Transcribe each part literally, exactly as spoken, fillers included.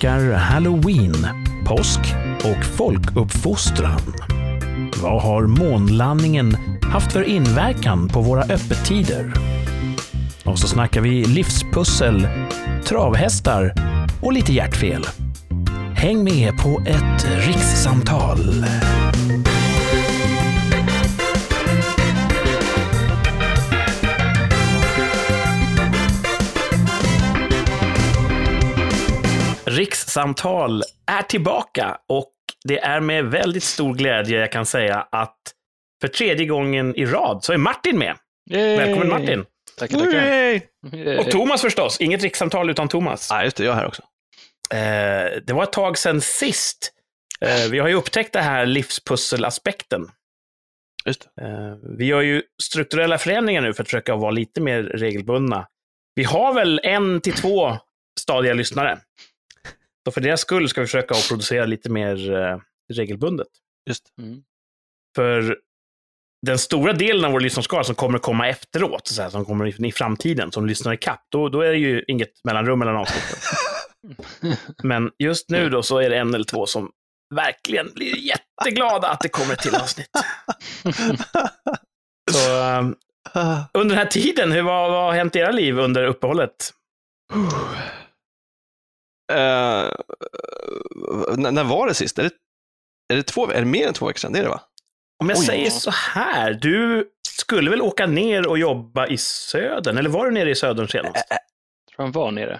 nalkar Halloween, påsk och folkuppfostran. Vad har månlandningen haft för inverkan på våra öppettider? Och så snackar vi livspussel, travhästar och lite hjärtfel. Häng med på ett rikssamtal. Rikssamtal är tillbaka och det är med väldigt stor glädje jag kan säga att för tredje gången i rad så är Martin med. Yay. Välkommen Martin. Tackar, tackar. Och Thomas förstås, inget rikssamtal utan Thomas. Ja, just det, jag är här också. Eh, det var ett tag sedan sist. Eh, vi har ju upptäckt det här livspusselaspekten. Just det. Eh, vi gör ju strukturella förändringar nu för att försöka vara lite mer regelbundna. Vi har väl en till två stadiga lyssnare. Så för deras skull ska vi försöka att producera lite mer eh, regelbundet. Just mm. För den stora delen av vår lyssnarskara som kommer komma efteråt, så här, som kommer i, i framtiden, som lyssnar i kapp, då, då är det ju inget mellanrum mellan avsnitten. Men just nu då så är det en eller två som verkligen blir jätteglada att det kommer till avsnitt. Så um, under den här tiden, hur, vad, vad har hänt i era liv under uppehållet? Uh, n- när var det sist? Är det, är det två, är det mer än två veckor sedan? Det är det, va? Om jag Oj. säger så här, du skulle väl åka ner och jobba i södern? Eller var du nere i södern senast? Ä- ä- tror han var nere.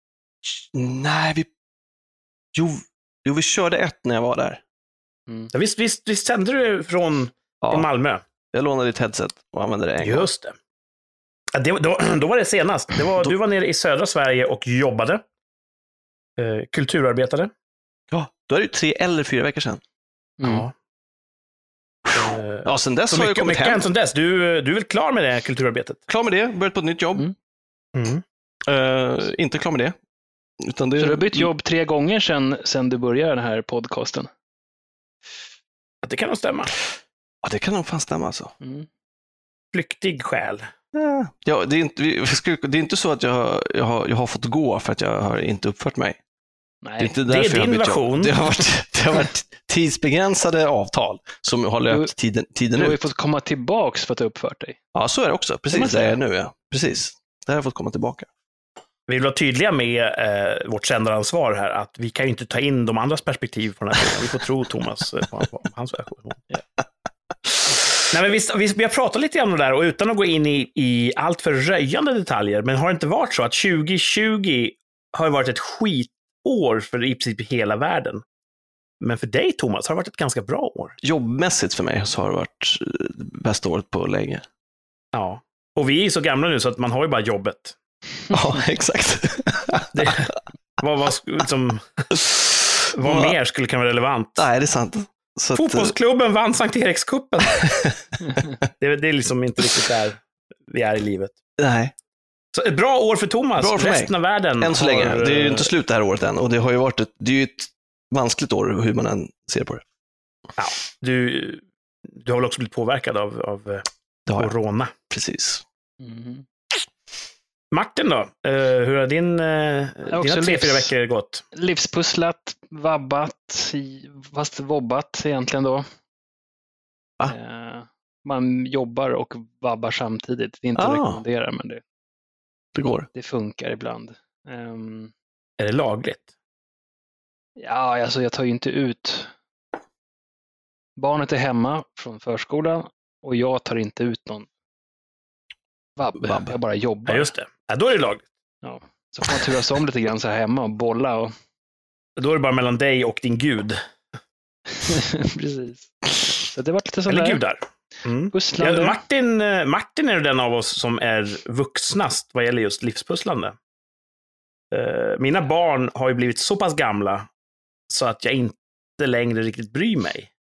Nej, vi... Jo, jo, vi körde ett när jag var där. Mm. Ja, visst, visst, visst sände du från, ja. från Malmö? Jag lånade ditt headset och använde det en gång. Just det. Ja, det då, då var det senast. Det var, då... Du var nere i södra Sverige och jobbade. Eh, kulturarbetare. Ja, då är det ju tre eller fyra veckor sedan. Mm. Ja. Uh, ja, sen dess så har jag mycket, kommit mycket hem. Sen dess. Du, du är väl klar med det kulturarbetet? Klar med det, börjat på ett nytt jobb. Mm. Mm. Uh, inte klar med det. Utan det. Så du har bytt jobb tre gånger sedan, sedan du började den här podcasten? Det kan nog stämma. Ja, det kan nog fan stämma alltså. Mm. Flyktig själ. Ja, ja det, är inte, vi ska, det är inte så att jag, jag, har, jag har fått gå för att jag har inte uppfört mig. Nej. Det är, inte det är din version. Det har, varit, det har varit tidsbegränsade avtal som har löpt du, tiden, tiden du ut. har ju fått komma tillbaks för att ha uppfört dig. Ja, så är det också. Precis, det är nu. Ja. Precis. Där har jag fått komma tillbaka. Vi vill vara tydliga med eh, vårt sändaransvar här, att vi kan ju inte ta in de andras perspektiv på den här frågan. Vi får tro Thomas eh, på, på hans version. Yeah. Nej, men vi, vi, vi har pratat lite om det där och utan att gå in i, i allt för röjande detaljer, men har det inte varit så att tjugo tjugo har varit ett skitår för i princip hela världen? Men för dig, Thomas, har det varit ett ganska bra år. Jobbmässigt för mig så har det varit bästa året på länge. Ja, och vi är så gamla nu så att man har ju bara jobbet. Ja, exakt. Det, vad, vad, liksom, vad ja. mer skulle kunna vara relevant? Nej, det är sant. Så Fotbollsklubben att... vann Sankt Erikskuppen. det, det är liksom inte riktigt där vi är i livet. Nej. Så ett bra år för Thomas. Bra för resten mig. av världen. Än så har... länge. Det är ju inte slut det här året än. Och det har ju varit ett, det är ju ett vanskligt år hur man än ser på det. Ja, du, du har väl också blivit påverkad av, av corona. Precis. Mm. Martin då? Uh, hur har din, uh, dina tre, livs... fyra veckor gått? Livspusslat, vabbat, fast vobbat egentligen då. Ah. Uh, man jobbar och vabbar samtidigt. Det är inte ah. att rekommendera, men det, det går. Det funkar ibland. Um, är det lagligt? Ja, alltså jag tar ju inte ut. Barnet är hemma från förskolan och jag tar inte ut någon vabb. vabb. Jag bara jobbar. Ja, just det. Ja, då är det lagligt. Ja. Så får man turas om lite grann så här hemma och bolla. Och... Då är det bara mellan dig och din gud. Precis. Så det var lite sådär. Eller gudar. Mm. Ja, Martin, Martin är den av oss som är vuxnast vad gäller just livspusslande. Mina barn har ju blivit så pass gamla så att jag inte längre riktigt bryr mig.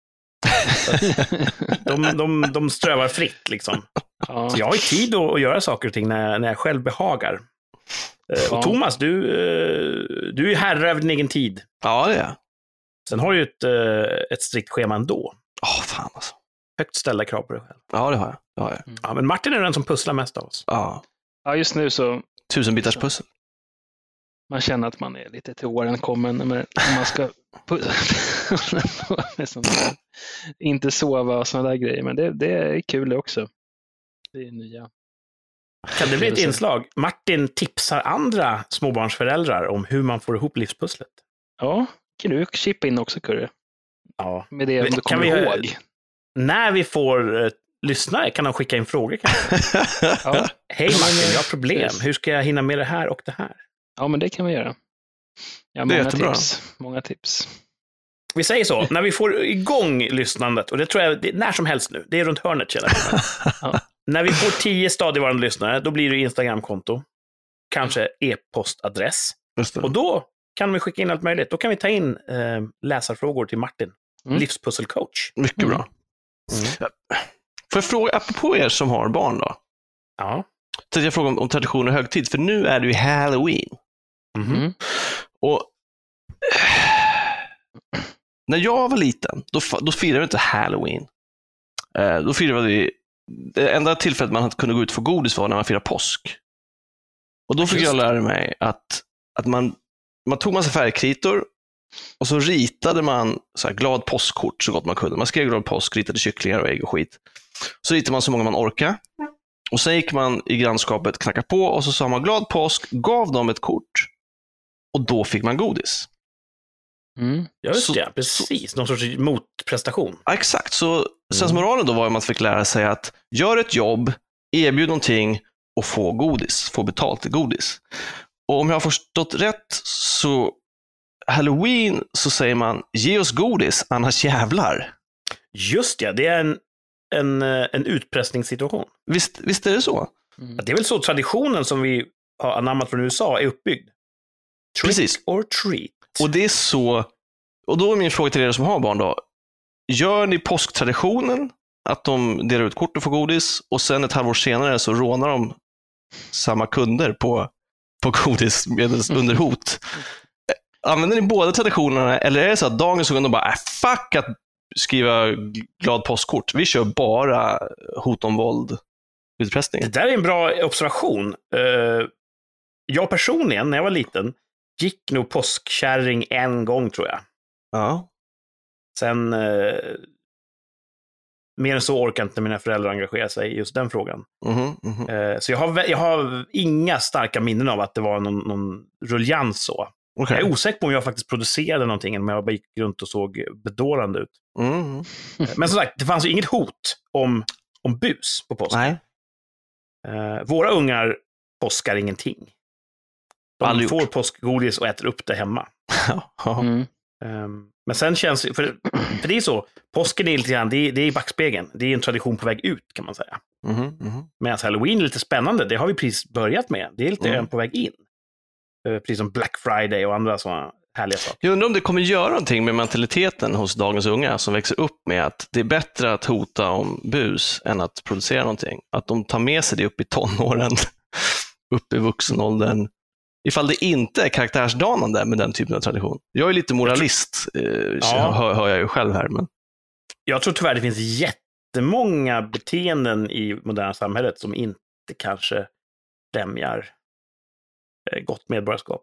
de, de, de strövar fritt liksom. Ja. Så jag har ju tid att göra saker och ting när, när jag själv behagar. Ja. Och Thomas, du, du är ju herre över din egen tid. Ja, det är jag. Sen har du ju ett, ett strikt schema ändå. Åh, oh, fan alltså. Högt ställda krav på dig själv. Ja, det har jag. Det har jag. Mm. Ja, men Martin är den som pusslar mest av oss. Ja. Ja, just nu så... Tusen bitars pussel. Man känner att man är lite till åren kommen när man ska inte sova och sådana där grejer. Men det, det är kul också. Det är nya. Kan det bli ett inslag? Martin tipsar andra småbarnsföräldrar om hur man får ihop livspusslet. Ja, kan du chippa in också, Kurre? Ja. Med det om du kommer vi, ihåg. När vi får uh, lyssnare kan de skicka in frågor kanske. Ja. Hej Martin, jag har problem. Hur ska jag hinna med det här och det här? Ja, men det kan vi göra. Ja, det är många jättebra. tips. Många tips. Vi säger så, när vi får igång lyssnandet, och det tror jag det är när som helst nu, det är runt hörnet känner jag. Ja. När vi får tio stadigvarande lyssnare, då blir det Instagramkonto, kanske e-postadress, och då kan vi skicka in allt möjligt. Då kan vi ta in eh, läsarfrågor till Martin, mm. livspusselcoach. Mycket bra. Mm. Mm. Får jag fråga, apropå er som har barn då? Ja. Så jag frågar om, om tradition och högtid, för nu är det ju Halloween. Mm. Och när jag var liten, då, då firade vi inte Halloween. Eh, då firade vi, det enda tillfället man kunde gå ut och få godis var när man firade påsk. Och då fick Just. jag lära mig att, att man, man tog massa färgkritor och så ritade man så här glad påskkort så gott man kunde. Man skrev glad påsk, ritade kycklingar och ägg och skit. Så ritade man så många man orkade. Och sen gick man i grannskapet, knackade på och så sa man glad påsk, gav dem ett kort och då fick man godis. Mm. Ja, just det, precis. Någon sorts motprestation. Ja, exakt. Så mm. sensmoralen då var att man fick lära sig att gör ett jobb, erbjud någonting och få godis, få betalt i godis. Och om jag har förstått rätt så Halloween så säger man ge oss godis, annars jävlar. Just det, det är en, en, en utpressningssituation. Visst, visst är det så? Mm. Det är väl så traditionen som vi har anammat från U S A är uppbyggd. Trick Precis. or treat. Och det är så, och då är min fråga till er som har barn då. Gör ni påsktraditionen att de delar ut kort och får godis och sen ett halvår senare så rånar de samma kunder på, på godis under hot? Använder ni båda traditionerna eller är det så att dagens unga de bara, äh, fuck att skriva glad påskkort. Vi kör bara hot om våld, utpressning. Det där är en bra observation. Jag personligen, när jag var liten, gick nog påskkärring en gång tror jag. Ja. Sen mer än så orkar inte mina föräldrar engagera sig i just den frågan. Mm-hmm, mm-hmm. Så jag har, jag har inga starka minnen av att det var någon, någon ruljans så. Okay. Jag är osäker på om jag faktiskt producerade någonting, men jag bara gick runt och såg bedårande ut. Mm. Men som sagt, det fanns ju inget hot om, om bus på påsk. Nej. Uh, våra ungar påskar ingenting. De Aldrig får gjort. Påskgodis och äter upp det hemma. mm. um, men sen känns för, för det är så, påsken är lite grann, det är, det är i backspegeln. Det är en tradition på väg ut kan man säga. Mm. Mm. Medan Halloween är lite spännande, det har vi precis börjat med. Det är lite mm. på väg in. Precis som Black Friday och andra sådana härliga saker. Jag undrar om det kommer göra någonting med mentaliteten hos dagens unga som växer upp med att det är bättre att hota om bus än att producera någonting. Att de tar med sig det upp i tonåren, upp i vuxenåldern. Ifall det inte är karaktärsdanande med den typen av tradition. Jag är lite moralist, eh, ja. hör, hör jag ju själv här. Men... Jag tror tyvärr det finns jättemånga beteenden i moderna samhället som inte kanske främjar gott medborgarskap.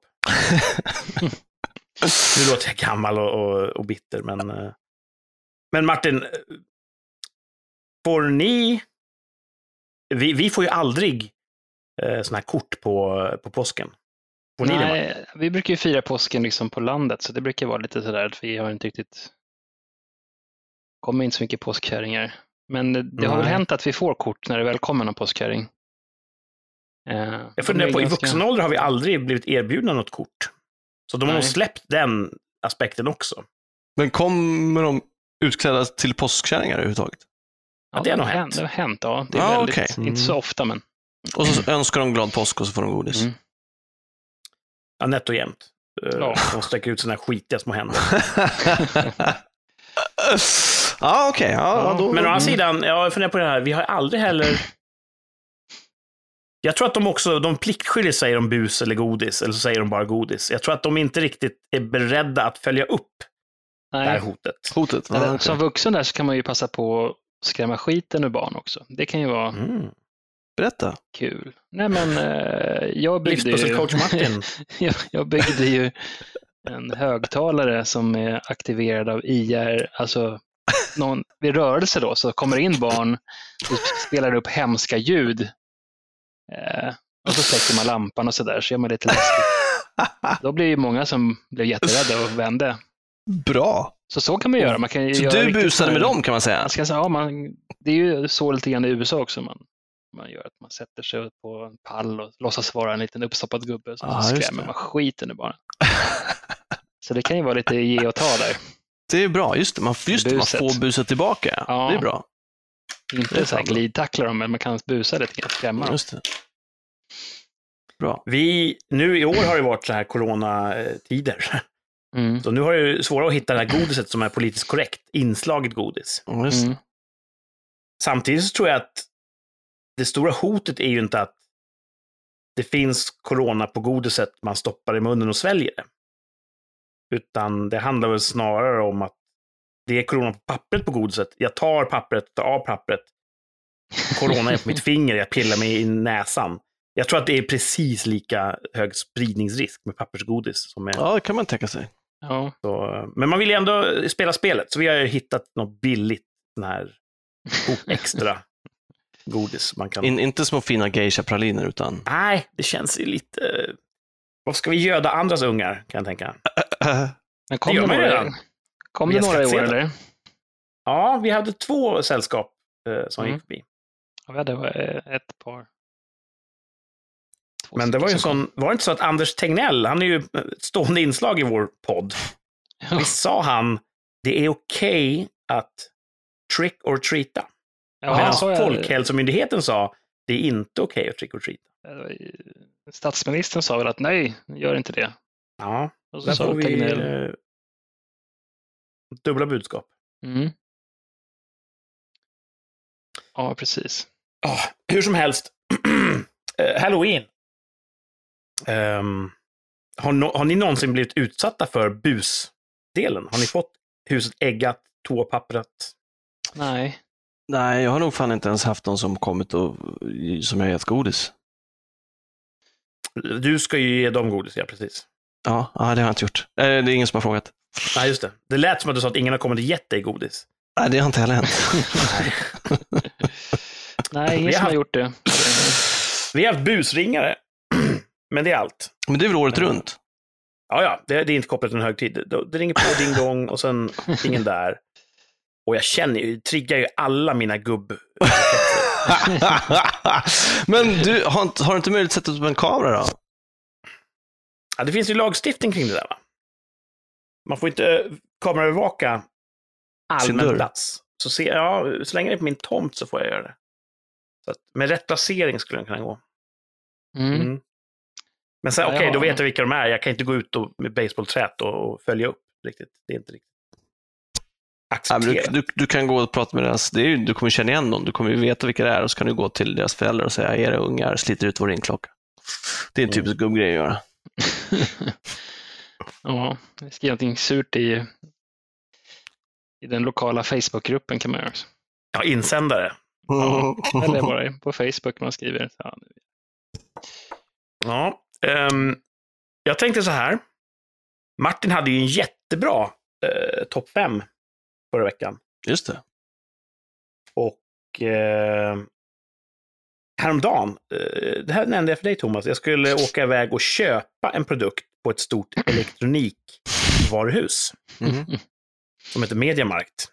Nu låter jag gammal och, och, och bitter, men men Martin, får ni vi, vi får ju aldrig eh, såna här kort på, på påsken. Får Nej, ni det, vi brukar ju fira påsken liksom på landet, så det brukar vara lite sådär att vi har inte riktigt kommer inte så mycket påskkärringar. Men det Nej. har väl hänt att vi får kort när det väl kommer någon påskkärring. Uh, jag funderar på, ganska... i vuxen ålder har vi aldrig blivit erbjudna något kort. Så de har nog släppt den aspekten också. Men kommer de utklädda till påskkärringar överhuvudtaget? Ja, ja det har nog hänt. Det har hänt, ja. Det är ah, väldigt, okay. mm. inte så ofta, men... Och så önskar de glad påsk och så får de godis. Mm. Ja, nätt och jämnt. Ja. De sträcker ut sina skitiga små händer. ah, okay. ja, okej. Men å andra sidan, jag funderar på det här, vi har aldrig heller... Jag tror att de också, de pliktskyldigt säger de bus eller godis, eller så säger de bara godis. Jag tror att de inte riktigt är beredda att följa upp Nej. det här hotet. hotet. Ah, okay. Som vuxen där så kan man ju passa på att skrämma skiten ur barn också. Det kan ju vara, mm. Berätta. Kul. Nej men eh, jag byggde ju... Coach Martin. jag, jag byggde ju en högtalare som är aktiverad av I R, alltså någon, vid rörelse då, så kommer in barn och spelar upp hemska ljud. Eh, och så släcker man lampan och sådär, så gör man lite läskigt. Då blir ju många som blev jätterädda och vände. Bra. Så så kan man göra. Man kan så göra du busade med dem kan man säga? Man ska säga ja, man, det är ju så lite grann i U S A också. Man, man gör att man sätter sig på en pall och låtsas vara en liten uppstoppad gubbe. Så, ah, så skrämmer man skiten i bara. Så det kan ju vara lite ge och ta där. Det är bra, just det. Man, just det, man får busa tillbaka. Ja. Det är bra. Inte så här glidtackla dem, men man kan busa lite grann, skrämma. Just det. Bra. Vi, nu i år har det varit så här coronatider. Mm. Så nu har det svårare att hitta det här godiset som är politiskt korrekt. Inslaget godis. Mm. Samtidigt så tror jag att det stora hotet är ju inte att det finns corona på godiset man stoppar i munnen och sväljer det. Utan det handlar väl snarare om att det är corona på pappret på godiset. Jag tar pappret, tar av pappret. Corona är på mitt finger, jag pillar mig i näsan. Jag tror att det är precis lika hög spridningsrisk med pappersgodis. Som är... Ja, det kan man tänka sig. Ja. Så, men man vill ju ändå spela spelet. Så vi har ju hittat något billigt sån här extra godis. Man kan... In, inte små fina geisha-praliner utan... Nej, det känns ju lite... Vad ska vi göda andras ungar, kan jag tänka. Men kom det, det några, kom det några i år, eller? Ja, vi hade två sällskap eh, som mm. gick förbi. Ja, vi hade ett par. Men det var ju en sån, var det inte så att Anders Tegnell, han är ju ett stående inslag i vår podd. Ja. Visst sa han, det är okej okay att trick or treata. Ja, medan så Folkhälsomyndigheten sa, det är inte okej okay att trick or treata. Statsministern sa väl att nej, gör inte det. Ja, och så sa vi Tegnell. Eh, dubbla budskap. Mm. Ja, precis. Oh, hur som helst, uh, Halloween. Um, har, no- har ni någonsin blivit utsatta för busdelen? Har ni fått huset äggat, toapappret? Nej. Nej, jag har nog fan inte ens haft någon som kommit och som jag gett godis. Du ska ju ge dem godis, ja precis. Ja, ja, det har jag inte gjort. Det är ingen som har frågat. Nej, just det. Det lät som att du sa att ingen har kommit och gett dig godis. Nej, det har inte heller hänt. Nej, ingen som har gjort det. Vi har haft busringare. Men det är allt. Men det är väl året men... runt? Ja, ja. Det, det är inte kopplat till en högtid. Det, det ringer på ding dong och sen ingen där. Och jag känner ju, triggar ju alla mina gubb. Men du, har, har du inte möjlighet att sätta upp en kamera då? Ja, det finns ju lagstiftning kring det där, va? Man får inte kameraövervaka allmän plats. Så, se, ja, så länge det är på min tomt så får jag göra det. Så att, med rätt placering skulle den kunna gå. Mm. Mm. Men sen, okej, okay, då vet jag vilka de är. Jag kan inte gå ut och, med baseballträt och, och följa upp riktigt. Det är inte riktigt accepterat. Ja, du, du, du kan gå och prata med deras, det är ju, du kommer känna igen dem. Du kommer ju veta vilka det är och så kan du gå till deras föräldrar och säga, era ungar sliter ut vår ringklocka. Det är en typisk mm. gubbgrej att göra. Ja, skriva någonting surt i, i den lokala Facebookgruppen kan man göra. Ja, insändare. Ja, eller bara på Facebook man skriver. Ja, ja um, jag tänkte så här. Martin hade ju en jättebra uh, topp fem förra veckan. Just det. Och uh, häromdagen, uh, det här nämnde jag för dig Thomas, jag skulle åka iväg och köpa en produkt på ett stort elektronikvaruhus mm. som heter Mediamarkt.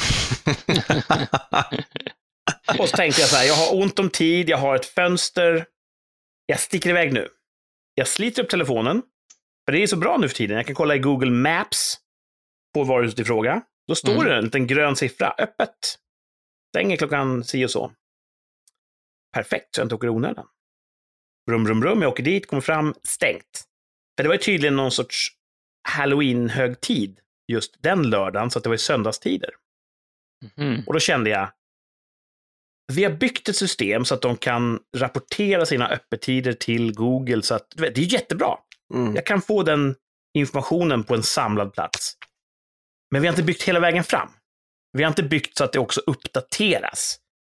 Och så tänkte jag så här, jag har ont om tid, jag har ett fönster, jag sticker iväg nu. Jag sliter upp telefonen, för det är så bra nu för tiden. Jag kan kolla i Google Maps på varuhuset i fråga. Då står mm. det en liten grön siffra, öppet. Stänger klockan si och så. Perfekt, så jag inte åker onödan. Brum, brum, brum, jag åker dit, kommer fram, stängt. För det var ju tydligen någon sorts Halloween-högtid just den lördagen, så att det var i söndagstider. Mm. Och då kände jag, vi har byggt ett system så att de kan rapportera sina öppettider till Google, så att det är jättebra. Mm. Jag kan få den informationen på en samlad plats. Men vi har inte byggt hela vägen fram. Vi har inte byggt så att det också uppdateras.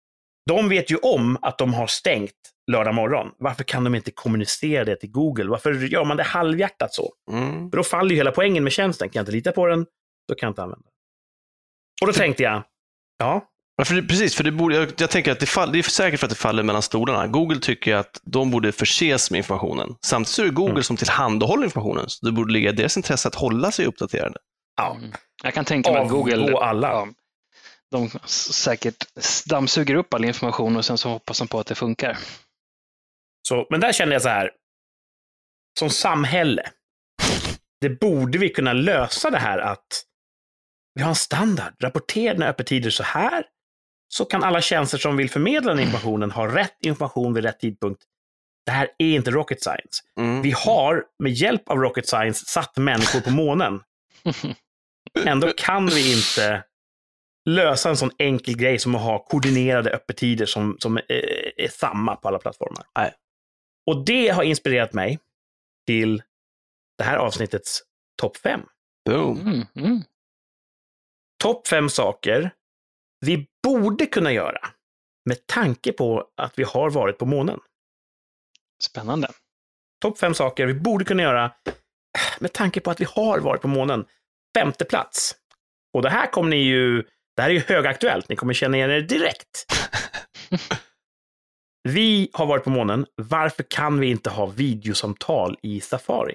De vet ju om att de har stängt lördag morgon. Varför kan de inte kommunicera det till Google? Varför gör man det halvhjärtat så? Mm. För då faller ju hela poängen med tjänsten. Kan jag inte lita på den, då kan jag inte använda den. Och då för... tänkte jag, ja. Ja, för det, precis, för det borde, jag, jag tänker att det, fall, det är säkert för att det faller mellan stolarna. Google tycker att de borde förses med informationen. Samtidigt så är det Google mm. som tillhandahåller informationen. Så det borde ligga i deras intresse att hålla sig uppdaterade. Ja. Mm. Jag kan tänka mig att Google... Och alla. Ja, de säkert dammsuger upp all information och sen så hoppas de på att det funkar. Så, men där känner jag så här, som samhälle, det borde vi kunna lösa det här att vi har en standard, rapportera dina öppettider så här, så kan alla tjänster som vill förmedla den informationen ha rätt information vid rätt tidpunkt. Det här är inte rocket science. Mm. Vi har med hjälp av rocket science satt människor på månen. Ändå kan vi inte lösa en sån enkel grej som att ha koordinerade öppettider som, som är, är samma på alla plattformar. Nej. Och det har inspirerat mig till det här avsnittets topp fem. Boom. Mm, mm. Topp fem saker vi borde kunna göra med tanke på att vi har varit på månen. Spännande. Topp fem saker vi borde kunna göra med tanke på att vi har varit på månen. Femte plats. Och det här kommer ni ju, det här är ju högaktuellt. Ni kommer känna igen er direkt. Vi har varit på månen. Varför kan vi inte ha videosamtal i Safari?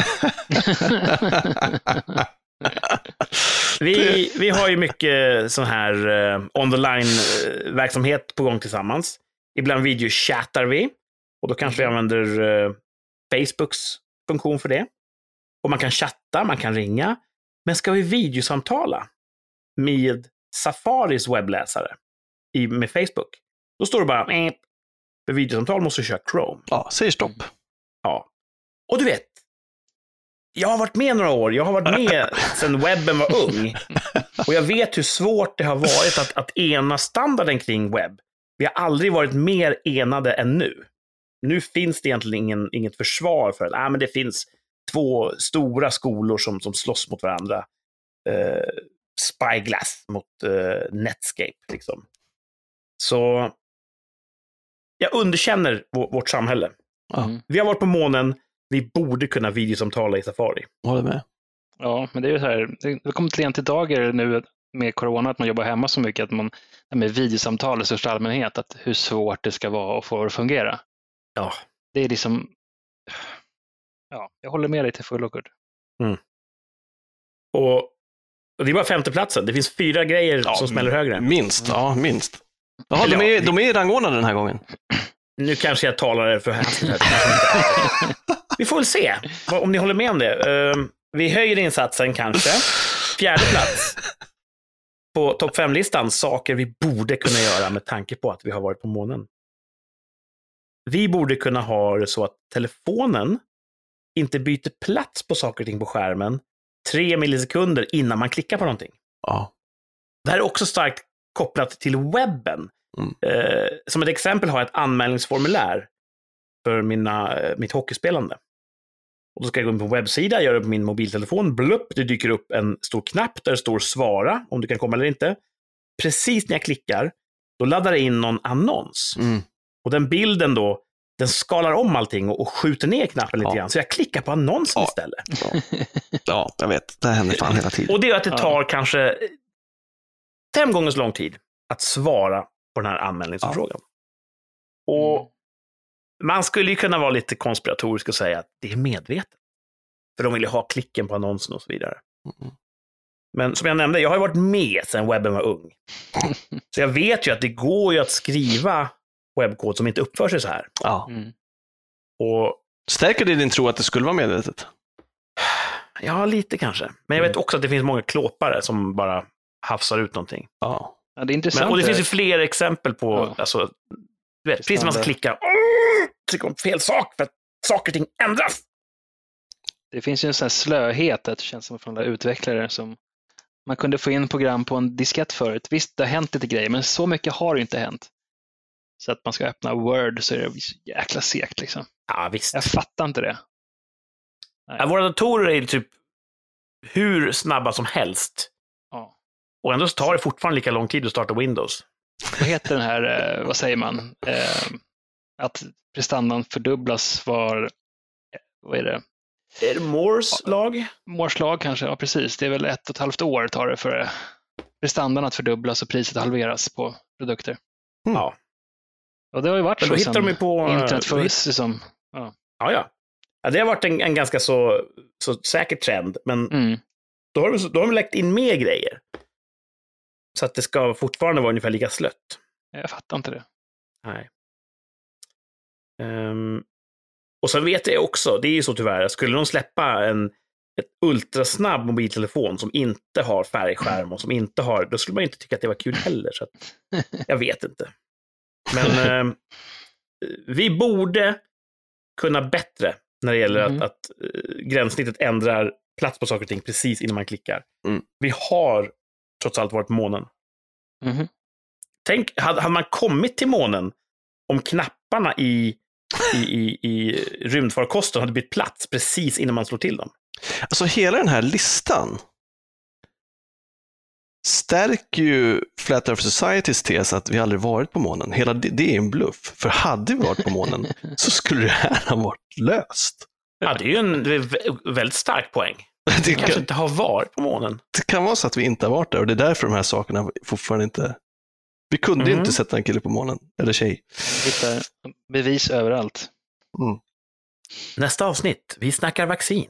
vi, vi har ju mycket sån här uh, on-the-line-verksamhet på gång tillsammans. Ibland videochattar vi. Och då kanske vi använder uh, Facebooks funktion för det. Och man kan chatta, man kan ringa. Men ska vi videosamtala med Safaris webbläsare i, med Facebook, då står det bara eh, för videosamtal måste du köra Chrome. Ja, säger stopp. Ja. Och du vet, jag har varit med några år. Jag har varit med sedan webben var ung. Och jag vet hur svårt det har varit att, att ena standarden kring webb. Vi har aldrig varit mer enade än nu. Nu finns det egentligen ingen, inget försvar för det. Ah, men det finns två stora skolor som, som slåss mot varandra. Uh, Spyglass mot uh, Netscape. Liksom. Så jag underkänner vår, vårt samhälle. Mm. Vi har varit på månen. Vi borde kunna videosamtala i Safari. Håller med. Ja, men det är ju så här. Det kommer till en till dagar nu med corona att man jobbar hemma så mycket att man med videosamtal i största allmänhet, att hur svårt det ska vara att få det att fungera. Ja. Det är liksom... Ja, jag håller med dig till full och kort. Mm. Och, och det är bara femteplatsen. Det finns fyra grejer ja, som smäller högre. Minst, ja, minst. Jaha, de, är, de är rangordnade den här gången. Nu kanske jag talar för hastigt. Vi får väl se om ni håller med om det. Uh, vi höjer insatsen kanske. Fjärde plats på topp fem-listan. Saker vi borde kunna göra med tanke på att vi har varit på månen. Vi borde kunna ha det så att telefonen inte byter plats på saker och ting på skärmen tre millisekunder innan man klickar på någonting. Ja. Det här är också starkt kopplat till webben. Mm. Eh, som ett exempel har jag ett anmälningsformulär för mina, mitt hockeyspelande. Och då ska jag gå in på en webbsida, göra det på min mobiltelefon, blupp, det dyker upp en stor knapp där det står svara, om du kan komma eller inte. Precis när jag klickar, då laddar det in någon annons. Mm. Och den bilden då, den skalar om allting och, och skjuter ner knappen lite ja. grann. Så jag klickar på annonsen ja. istället. Ja. ja, jag vet. Det händer fan hela tiden. Och det är att det tar ja. kanske fem gånger så lång tid att svara på den här anmälningsfrågan. Ja. Och mm. man skulle ju kunna vara lite konspiratorisk och säga att det är medvetet. För de vill ju ha klicken på annonsen och så vidare. Mm. Men som jag nämnde, jag har ju varit med sedan webben var ung. Så jag vet ju att det går ju att skriva webbkod som inte uppför sig så här. Ja. Mm. Och stärker det din tro att det skulle vara medvetet? Ja, lite kanske. Men jag vet också att det finns många klåpare som bara hafsar ut någonting. Ja. Ja, det är intressant. Men, och det finns ju fler exempel på, ja. alltså, du vet, precis som man ska klicka trycka på fel sak för att saker och ting ändras. Det finns ju en sån här slöhet att det känns som från de utvecklare som man kunde få in program på en diskett förut. Visst, det har hänt lite grejer, men så mycket har ju inte hänt. Så att man ska öppna Word så är det så jäkla segt liksom. Ja, visst. Jag fattar inte det. Ja, våra datorer är typ hur snabba som helst. Ja. Och ändå tar det fortfarande lika lång tid att starta Windows. vad heter den här, eh, vad säger man? Eh, att prestandan fördubblas var, eh, vad är det? Är det Moores lag? Moores lag kanske, ja precis. Det är väl ett och ett halvt år tar det för prestandan att fördubblas och priset halveras på produkter. Mm. Ja. Och det har ju varit Men då så hittar sen de ju på internet då föddes hit- som, ja. Ja, ja. Ja, det har varit en, en ganska så, så säker trend, men Mm. då har, de, då har de lagt in mer grejer. Så att det ska fortfarande vara ungefär lika slött. Jag fattar inte det. Nej. Ehm, och sen vet jag också, det är ju så tyvärr, skulle de släppa en ett ultrasnabb mobiltelefon som inte har färgskärm och som inte har, då skulle man inte tycka att det var kul heller. Så att, jag vet inte. Men ehm, vi borde kunna bättre när det gäller Mhm. att, att uh, gränssnittet ändrar plats på saker och ting precis innan man klickar. Mm. Vi har trots allt varit på månen. Mhm. Tänk, hade, hade man kommit till månen om knapparna i, i, i, i rymdfarkosten hade bytt plats precis innan man slår till dem? Alltså hela den här listan stärker ju Flat Earth Societys tes att vi aldrig varit på månen. Hela det, det är en bluff. För hade vi varit på månen så skulle det här ha varit löst. Ja, det är ju en det är vä- väldigt stark poäng. Det Vi kanske kan, inte har varit på månen. det kan vara så att vi inte har varit där och det är därför de här sakerna fortfarande inte... Vi kunde Mm. inte sätta en kille på månen, eller tjej. Vi hittar bevis överallt. Mm. Nästa avsnitt, vi snackar vaccin.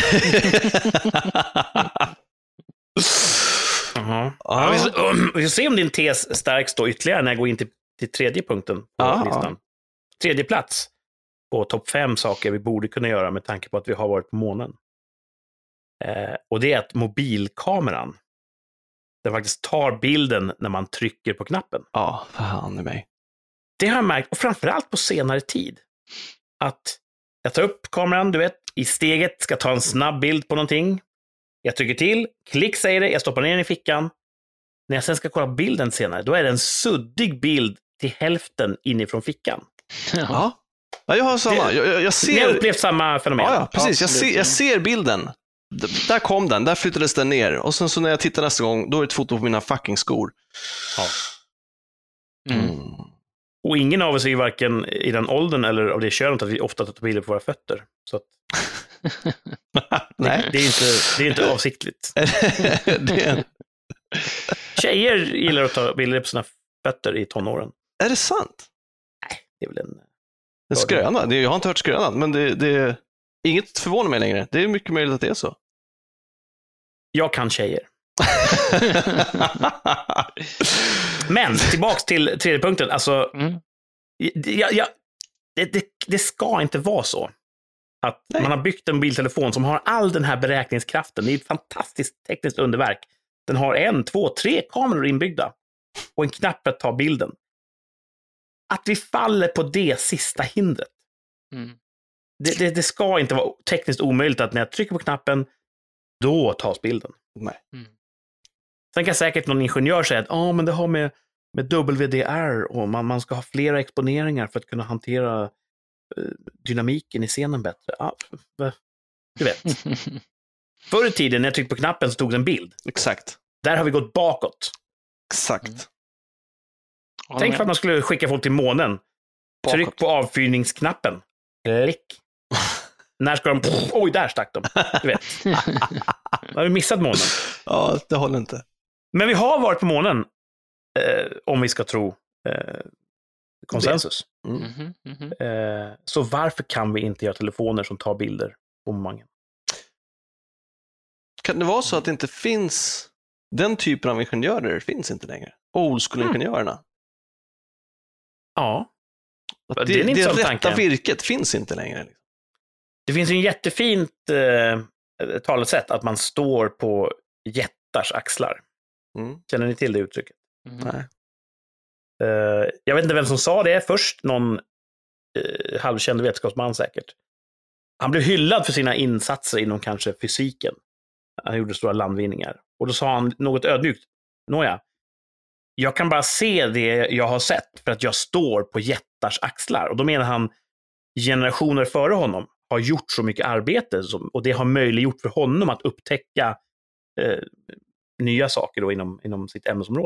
Jaha. Ja, vi, får- vi får se om din tes stärks då ytterligare när jag går in till, till tredje punkten på Ja. listan. Tredje plats på topp fem saker vi borde kunna göra med tanke på att vi har varit på månen. Eh, och det är att mobilkameran, den faktiskt tar bilden när man trycker på knappen. Ja, fan i mig. Det har jag märkt, och framförallt på senare tid, att jag tar upp kameran, du vet, i steget, ska ta en snabb bild på någonting. Jag trycker till, klick säger det, jag stoppar ner den i fickan. När jag sen ska kolla bilden senare, då är det en suddig bild till hälften inifrån fickan. Ja, ja jag har samma. Det- Jag, jag, jag Ni har ser... upplevt samma fenomen? Ja, ja, precis. Jag Absolut. ser, jag ser bilden. D- där kom den, där flyttades den ner. Och sen så när jag tittar nästa gång, då är det ett foto på mina fucking skor. Ja. Mm. Mm. Och ingen av oss är ju varken i den åldern eller av det könet att vi ofta tar bilder på våra fötter. Så att Nej. det är inte, det är inte avsiktligt. det är, Tjejer gillar att ta bilder på sina fötter i tonåren. är det sant? Det är väl en... En skröna? Det, jag har inte hört skrönan, men det, det, inget förvånar mig längre. Det är mycket möjligt att det är så. Jag kan tjejer. Men tillbaks till tredje punkten. Alltså, Mm. jag, jag, det, det, det ska inte vara så att Nej. man har byggt en mobiltelefon som har all den här beräkningskraften. Det är ett fantastiskt tekniskt underverk. Den har en, två, tre kameror inbyggda och en knapp för att ta bilden. Att vi faller på det sista hindret. Mm. Det, det, det ska inte vara tekniskt omöjligt att när jag trycker på knappen, då tas bilden. Nej. Mm. Sen kan säkert någon ingenjör säga att ah, men det har med, med W D R och man, man ska ha flera exponeringar för att kunna hantera eh, dynamiken i scenen bättre. Ah, v- du vet. Förr i tiden när jag tryckte på knappen så tog det en bild. Exakt. Där har vi gått bakåt. Exakt. Mm. Tänk för att man skulle skicka folk till månen. Bakåt. Tryck på avfyrningsknappen. Klick. När ska de... Oj, där stack de. Du vet. Då har vi missat månen. Ja, det håller inte. Men vi har varit på månen. Eh, om vi ska tro eh, konsensus. Mm. Mhm, mhm. Eh, så varför kan vi inte göra telefoner som tar bilder på många? Kan det vara så att det inte finns den typen av ingenjörer finns inte längre? Old school-ingenjörerna. Ja. Att Det det, är en det, intressant rätta tanke. virket finns inte längre. Liksom. Det finns ju en jättefint eh, talesätt att man står på jättars axlar. Mm. Känner ni till det uttrycket? Mhm. Nej. Eh, jag vet inte vem som sa det först. Någon eh, halvkänd vetenskapsman säkert. Han blev hyllad för sina insatser inom kanske fysiken. Han gjorde stora landvinningar. Och då sa han något ödmjukt. Nåja, jag kan bara se det jag har sett för att jag står på jättars axlar. Och då menar han generationer före honom har gjort så mycket arbete som, och det har möjliggjort för honom att upptäcka eh, nya saker då inom, inom sitt ämnesområde.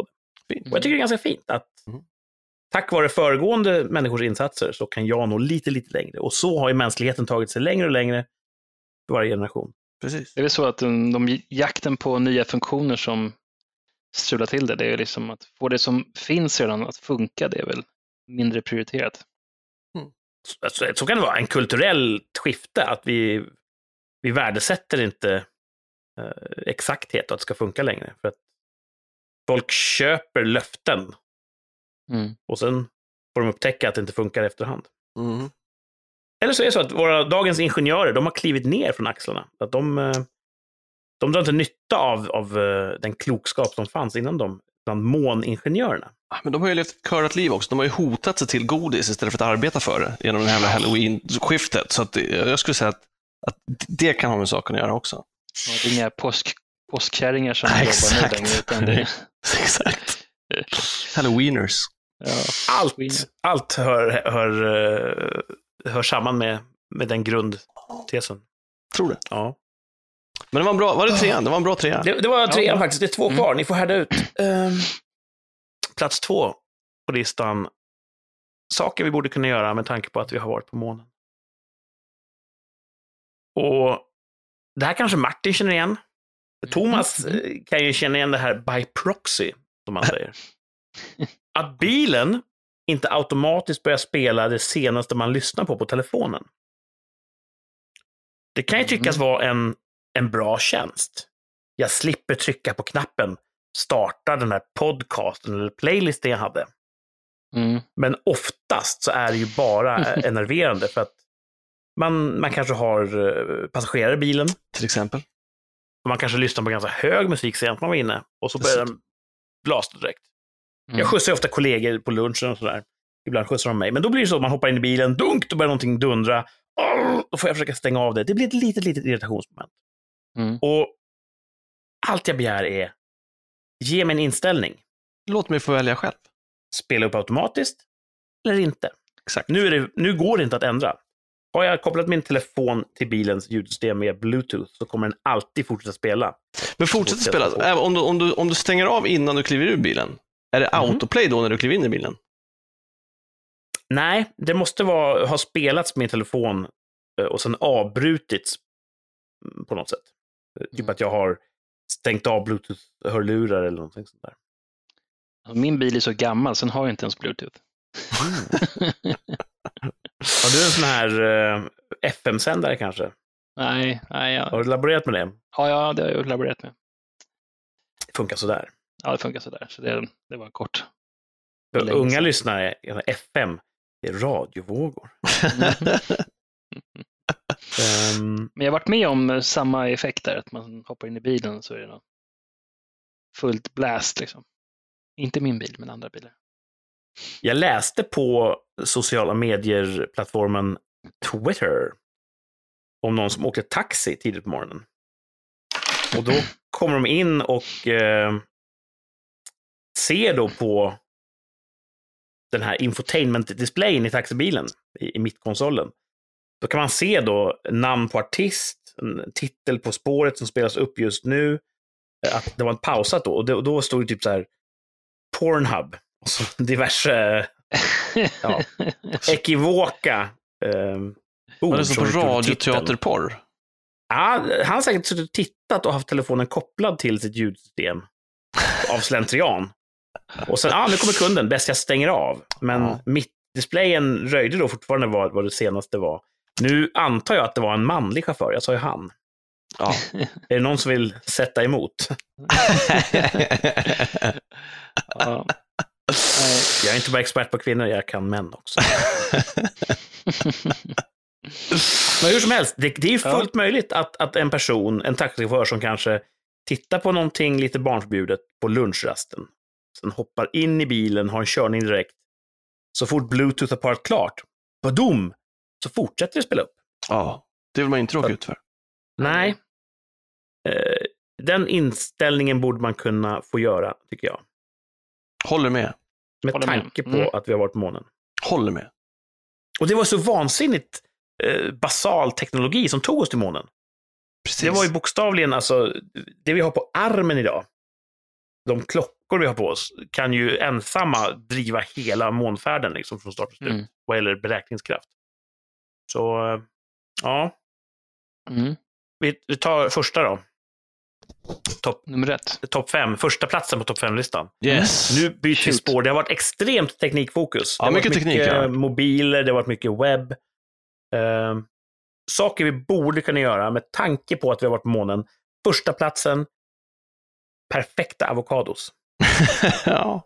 Fint. Och jag tycker det är ganska fint att Mm. tack vare föregående människors insatser så kan jag nå lite, lite längre. Och så har ju mänskligheten tagit sig längre och längre för varje generation. Precis. Det är väl så att de, de, jakten på nya funktioner som strular till det, det är liksom att få det som finns redan att funka, det är väl mindre prioriterat. Så, så kan det vara en kulturell skifte, att vi, vi värdesätter inte eh, exakthet och att det ska funka längre. För att folk köper löften Mm. och sen får de upptäcka att det inte funkar efterhand. Mm. Eller så är det så att våra dagens ingenjörer, de har klivit ner från axlarna. Att de, eh, de drar inte nytta av, av eh, den klokskap som fanns innan dem, bland måningenjörerna. Men de har ju levt ett körat liv också. De har ju hotat sig till godis istället för att arbeta för det genom den här jävla Halloween-skiftet. Så att jag skulle säga att, att det kan ha med saken att göra också. Ja, det är inga påsk, påskkärringar som Ja, jobbar exakt. nu längre, utan det är, Exakt. Halloweeners. ja, Allt, Sweden. allt hör, hör, eh, hör samman med, med den grundtesen. Tror det. Ja. Men det var en bra, var det trean? Det var en bra trea. Det, det var trean Ja. faktiskt, det är två Mm. kvar. Ni får härda ut. Ehm, plats två på listan. Saker vi borde kunna göra med tanke på att vi har varit på månen. Och det här kanske Martin känner igen. Thomas Mm. eh, kan ju känna igen det här by proxy, som man säger. Att bilen inte automatiskt börjar spela det senaste man lyssnar på på telefonen. Det kan ju tyckas Mm. vara en, en bra tjänst. Jag slipper trycka på knappen, starta den här podcasten eller playlisten jag hade. Mm. Men oftast så är det ju bara enerverande för att man, man kanske har eh, passagerare i bilen. Till exempel. Och man kanske lyssnar på ganska hög musik sent man var inne. Och så börjar den blasta direkt. Mm. Jag skjutsar ofta kollegor på lunchen och sådär. Ibland skjutsar de mig. Men då blir det så att man hoppar in i bilen, dunk, då börjar någonting dundra. Oh, då får jag försöka stänga av det. Det blir ett litet, litet irritationsmoment. Mm. Och allt jag begär är, ge mig en inställning. Låt mig få välja själv. Spela upp automatiskt eller inte. Exakt. Nu, är det, nu går det inte att ändra. Har jag kopplat min telefon till bilens ljudsystem med Bluetooth så kommer den alltid fortsätta spela. Men fortsätt Fortsätta spela. på. Även Om du, om, du, om du stänger av innan du kliver ur bilen, är det Mhm. autoplay då när du kliver in i bilen? Nej, det måste vara, ha spelats med telefon eh, och sen avbrutits mm, på något sätt. Eh, Typ Mm. att jag har stängt av Bluetooth-hörlurar eller någonting sånt där. Min bil är så gammal, sen har jag inte ens Bluetooth. Har du en sån här eh, F M-sändare kanske? nej, nej ja. Har du laborerat med det? Ja, ja, det har jag laborerat med. Det funkar sådär. Ja, det funkar sådär. Så det, det var kort. För Länge unga sedan. lyssnare, F M, det är radiovågor. Ehm, Men jag har varit med om samma effekt där, att man hoppar in i bilen så är det något fullt blast liksom. Inte min bil, men andra bilar. jag läste på sociala medier-plattformen Twitter om någon som åkte taxi tidigt på morgonen. Och då kommer de in och eh, ser då på den här infotainment-displayen i taxibilen, i, i mittkonsolen. Då kan man se då namn på artist, en titel på spåret som spelas upp just nu, eh, att det var en pausat då. Och då, då stod det typ så här Pornhub, och så diverse ja, ekivoka eh, ord. Var det som på stod i titeln. radioteaterporr? Ja, han har säkert suttit och tittat och haft telefonen kopplad till sitt ljudsystem av slentrian. Och sen, ja, nu kommer kunden, bäst jag stänger av. Men Ja. mittdisplayen röjde då fortfarande vad, vad det senaste var. Nu antar jag att det var en manlig chaufför, jag sa ju han. Ja. Är det någon som vill sätta emot? Ja. Nej. Jag är inte bara expert på kvinnor, jag kan män också. Men hur som helst, det, det är ju fullt Ja. möjligt att, att en person, en taxichaufför som kanske tittar på någonting lite barnförbjudet på lunchrasten, sen hoppar in i bilen, har en körning direkt, så fort Bluetooth har parat klart, badum, så fortsätter det spela upp. Ja, det vill man inte råka ut för. Nej. Eh, den inställningen borde man kunna få göra, tycker jag. Håller med. Med Håller med. tanke på Mm. att vi har varit på månen. Håller med. Och det var så vansinnigt eh, basal teknologi som tog oss till månen. Precis. Det var ju bokstavligen, alltså, det vi har på armen idag. de klockor vi har på oss kan ju ensamma driva hela månfärden liksom, från start till slut. Mm. Vad gäller beräkningskraft. Så, eh, ja. Mm. Vi, vi tar första då. Topp Nummer ett. top fem. Första platsen på topp fem-listan. Yes. Nu byter vi Shoot. spår. Det har varit extremt teknikfokus. Ja, det har mycket varit teknik, mycket ja. mobiler, det har varit mycket webb. Eh, saker vi borde kunna göra med tanke på att vi har varit på månen. Första platsen, perfekta avokados. Ja.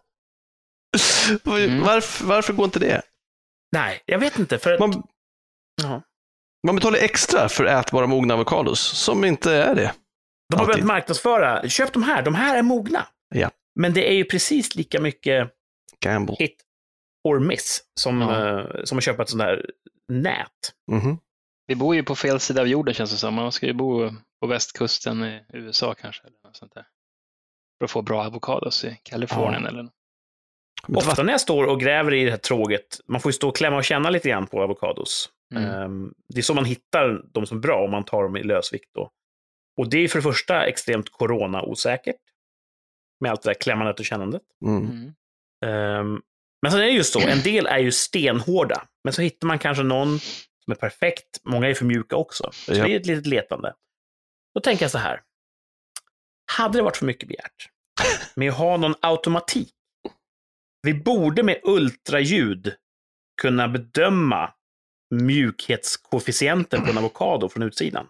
Mm. Varför, varför går inte det? Nej, jag vet inte. För att, Man, ja. man betalar extra för ätbara mogna avokados som inte är det. De har Alltid. börjat marknadsföra, köp de här, de här är mogna. Ja. Men det är ju precis lika mycket Gamble. hit or miss som, Ja. eh, som att köpa ett sånt här nät. Mhm. Vi bor ju på fel sida av jorden känns det som. Man ska ju bo på västkusten i U S A kanske. Eller något sånt där. För att få bra avokados i Kalifornien Ja. eller något. Men Ofta när jag står och gräver i det här tråget, man får ju stå och klämma och känna lite grann på avokados. Mm. Ehm, det är så man hittar de som är bra om man tar dem i lösvikt då. Och det är för det första extremt corona-osäkert. Med allt det där klämmandet och kännandet. Mm. Mm. Ehm, men sen är det just så, en del är ju stenhårda. Men så hittar man kanske någon som är perfekt. Många är för mjuka också. Så Ja. det är ett litet letande. Då tänker jag så här. Hade det varit för mycket begärt med att ha någon automatik? Vi borde med ultraljud kunna bedöma mjukhetskoefficienten på en avokado från utsidan.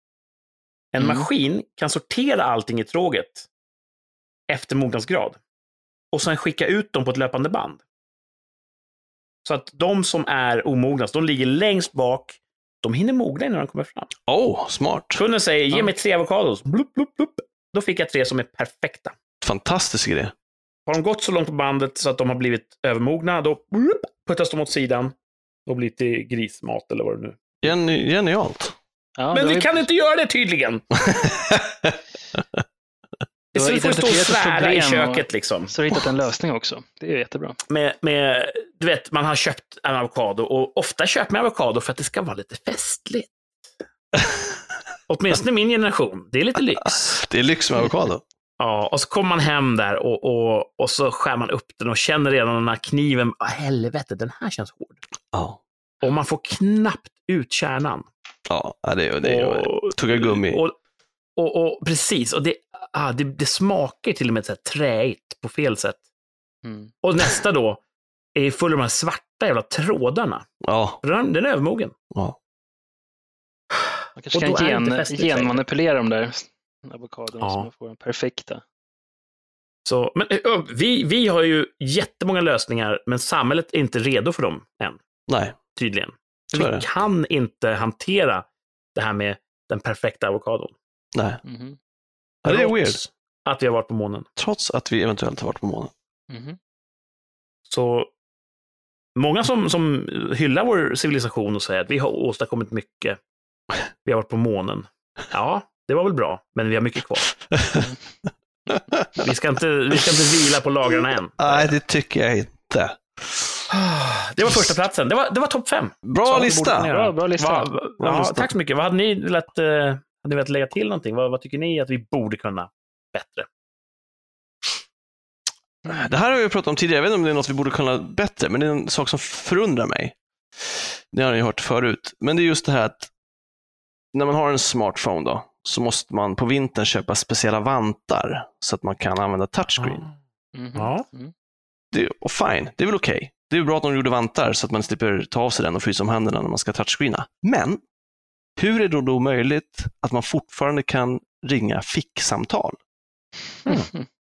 En Mm. maskin kan sortera allting i tråget efter mognadsgrad och sen skicka ut dem på ett löpande band. Så att de som är omogna, de ligger längst bak, de hinner mogna innan de kommer fram. Oh, smart. Kunden säger, ge Ja. mig tre avokados. Blup, blup, blup. Då fick jag tre som är perfekta. Fantastisk idé. Har de gått så långt på bandet så att de har blivit övermogna, då blup, puttas de åt sidan och blir till grismat eller vad det nu. Geni- genialt. Ja, Men då vi är- kan inte göra det tydligen. Du har Så vi får stå och identifierat ett svära i problem och- köket liksom. Så har du hittat en lösning också. Det är ju jättebra. Med, med, du vet, man har köpt en avokado och ofta köper man avokado för att det ska vara lite festligt. Åtminstone min generation. Det är lite lyx. Det är lyx med avokado. Ja, och så kommer man hem där och, och, och så skär man upp den och känner redan den här kniven. Ah, helvete, den här känns hård. Ja. Och man får knappt ut kärnan. Ja, det är det. Är, Och- tugga gummi. Och, och, och precis, och det, ah, det, det smakar till och med så här träigt på fel sätt. Mm. Och nästa då är full av de här svarta jävla trådarna. Ja, Den, den är övermogen. ja. Man kanske Och då kan är det inte gen, festligt längre. genmanipulera de där avokadorna Ja. så man får den perfekta. Så, men ö, vi, vi har ju jättemånga lösningar, men samhället är inte redo för dem än, Nej, tydligen. så är Vi det. kan inte hantera det här med den perfekta avokadon. Nej. Mhm. Ja, det är Trots weird. att vi har varit på månen. Trots att vi eventuellt har varit på månen. Mhm. Så många som, som hyllar vår civilisation och säger att vi har åstadkommit mycket. Vi har varit på månen. Ja, det var väl bra, men vi har mycket kvar. Vi ska inte, vi ska inte vila på lagrarna än. Nej, det tycker jag inte. Det var första platsen. Det var, det var topp fem. Bra Så vi borde lista. kunna göra. Bra, bra lista. Va, va, Bra ja, lista. tack så mycket. Vad hade ni velat, eh, hade ni velat lägga till någonting? Vad, vad tycker ni att vi borde kunna bättre? Det här har vi pratat om tidigare. Jag vet inte om det är något vi borde kunna bättre, men det är en sak som förundrar mig. Det har ni hört förut. Men det är just det här att när man har en smartphone då, så måste man på vintern köpa speciella vantar så att man kan använda touchscreen. Mhm. Ja. Mm. Det, och fine, det är väl okej. Okay. Det är bra att de gjorde vantar så att man slipper ta av sig den och frysa om händerna när man ska touchscreena. Men hur är det då möjligt att man fortfarande kan ringa ficksamtal? Mm.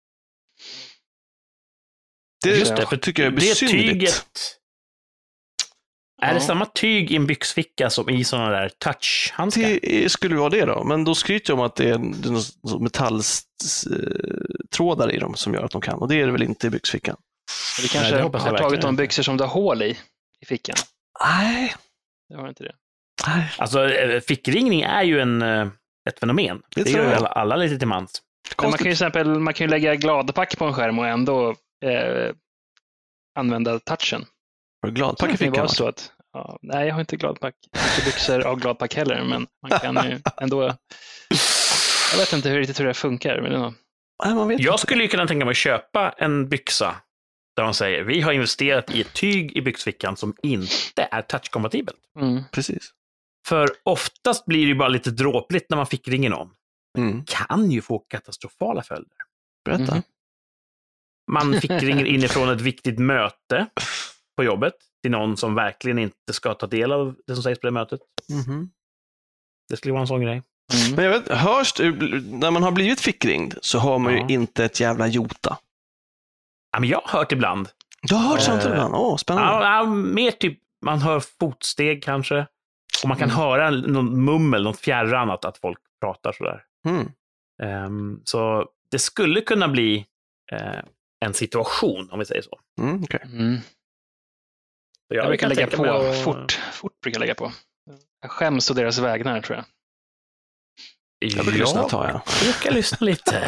Det, Just det, för tycker jag är Det besynnerligt. tyget, är Ja. det samma tyg i en byxficka som i sådana där touchhandskar? Det skulle vara det då, men då skryter jag om att det är, det är någon metalltrådar i dem som gör att de kan, och det är det väl inte i byxfickan? Vi kanske det hoppas jag har tagit verkligen de inte. byxor som du har hål i, i fickan. Nej, Jag har inte det. nej. Alltså, eh, fickringning är ju en, eh, ett fenomen. Det Det tror gör jag. alla, alla lite till mans. Men man kan ju Konstigt. till exempel man kan ju lägga gladpack på en skärm och ändå eh, använda touchen. Var du glad? Pack i Det kan ju fickan. vara så att, ja, nej, jag har inte gladpack. Jag har inte byxor av gladpack heller, men man kan ju ändå... Jag vet inte hur, riktigt hur det funkar. Men det är nog- Nej, man vet Jag inte. skulle ju kunna tänka mig att köpa en byxa där man säger vi har investerat i ett tyg i byxfickan som inte är touchkompatibelt. Mm. Precis. För oftast blir det ju bara lite dråpligt när man fick ringa någon. Mm. Kan ju få katastrofala följder. Berätta. Mm. Man fick ringer inifrån ett viktigt möte på jobbet till någon som verkligen inte ska ta del av det som sägs på det mötet. Mm-hmm. Det skulle vara en sån grej. Mm. Men jag vet, hörs, när man har blivit fickringd så har man Ja. ju inte ett jävla jota. Ja, men jag har hört ibland. Jag har hört Eh, sånt ibland. Åh, spännande. Ja, ja, mer typ, man hör fotsteg kanske. Och man kan Mm. höra någon mummel, något fjärran att, att folk pratar sådär. Mm. Um, så det skulle kunna bli uh, en situation, om vi säger så. Mm, okay. Mm. så Jag brukar kan lägga tänka på mig att- fort. Fort brukar jag lägga på. Jag skäms å deras vägnar, tror jag. Jag brukar lyssna ett tag, ja. Jag brukar lyssna lite.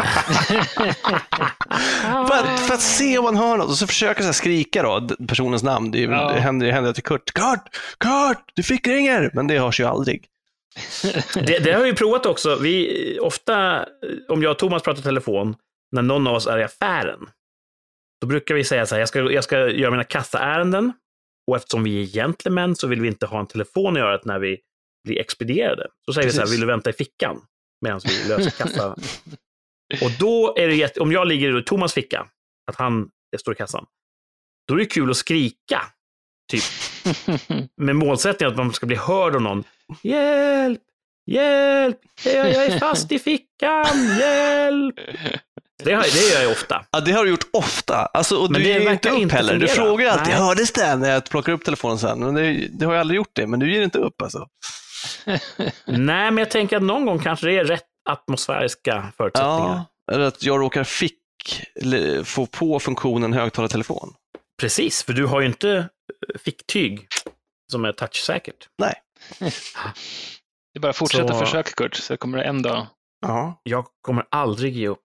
För att, för att se om man hör något och så försöka så här skrika då, d- personens namn. Det, är, Ja. det händer, det händer till Kurt. Kurt! Kurt! Du fick ringer! Men det hörs ju aldrig. det, det har vi provat också. Vi, ofta, om jag och Thomas pratar i telefon, när någon av oss är i affären, då brukar vi säga så här, jag ska, jag ska göra mina kassaärenden, och eftersom vi är gentlemän så vill vi inte ha en telefon i örat när vi blir expedierade. Så säger vi så här, Precis. vill du vänta i fickan medan vi löser kassa? Och då är det jätte, om jag ligger i Thomas ficka, att han står i kassan, då är det kul att skrika, typ, med målsättningen att man ska bli hörd av någon. Hjälp! Hjälp! Jag, jag är fast i fickan! Hjälp! Det, har, det gör jag ofta. Ja, det har du gjort ofta. Alltså, och Men du det ger ju verkar inte upp inte heller. Du fungera. frågar alltid, Nej. hördes det när jag plockar upp telefonen sen? Men det, det har jag aldrig gjort det, men du ger inte upp alltså. Nej, men jag tänker att någon gång kanske det är rätt atmosfäriska förutsättningar. Ja, eller att jag råkar fick eller få på funktionen högtalartelefon. Precis, för du har ju inte eh, ficktyg som är touchsäkert. Nej. Det är bara att fortsätta Så- försöka, Kurt, så kommer det en dag. Ja. Jag kommer aldrig ge upp.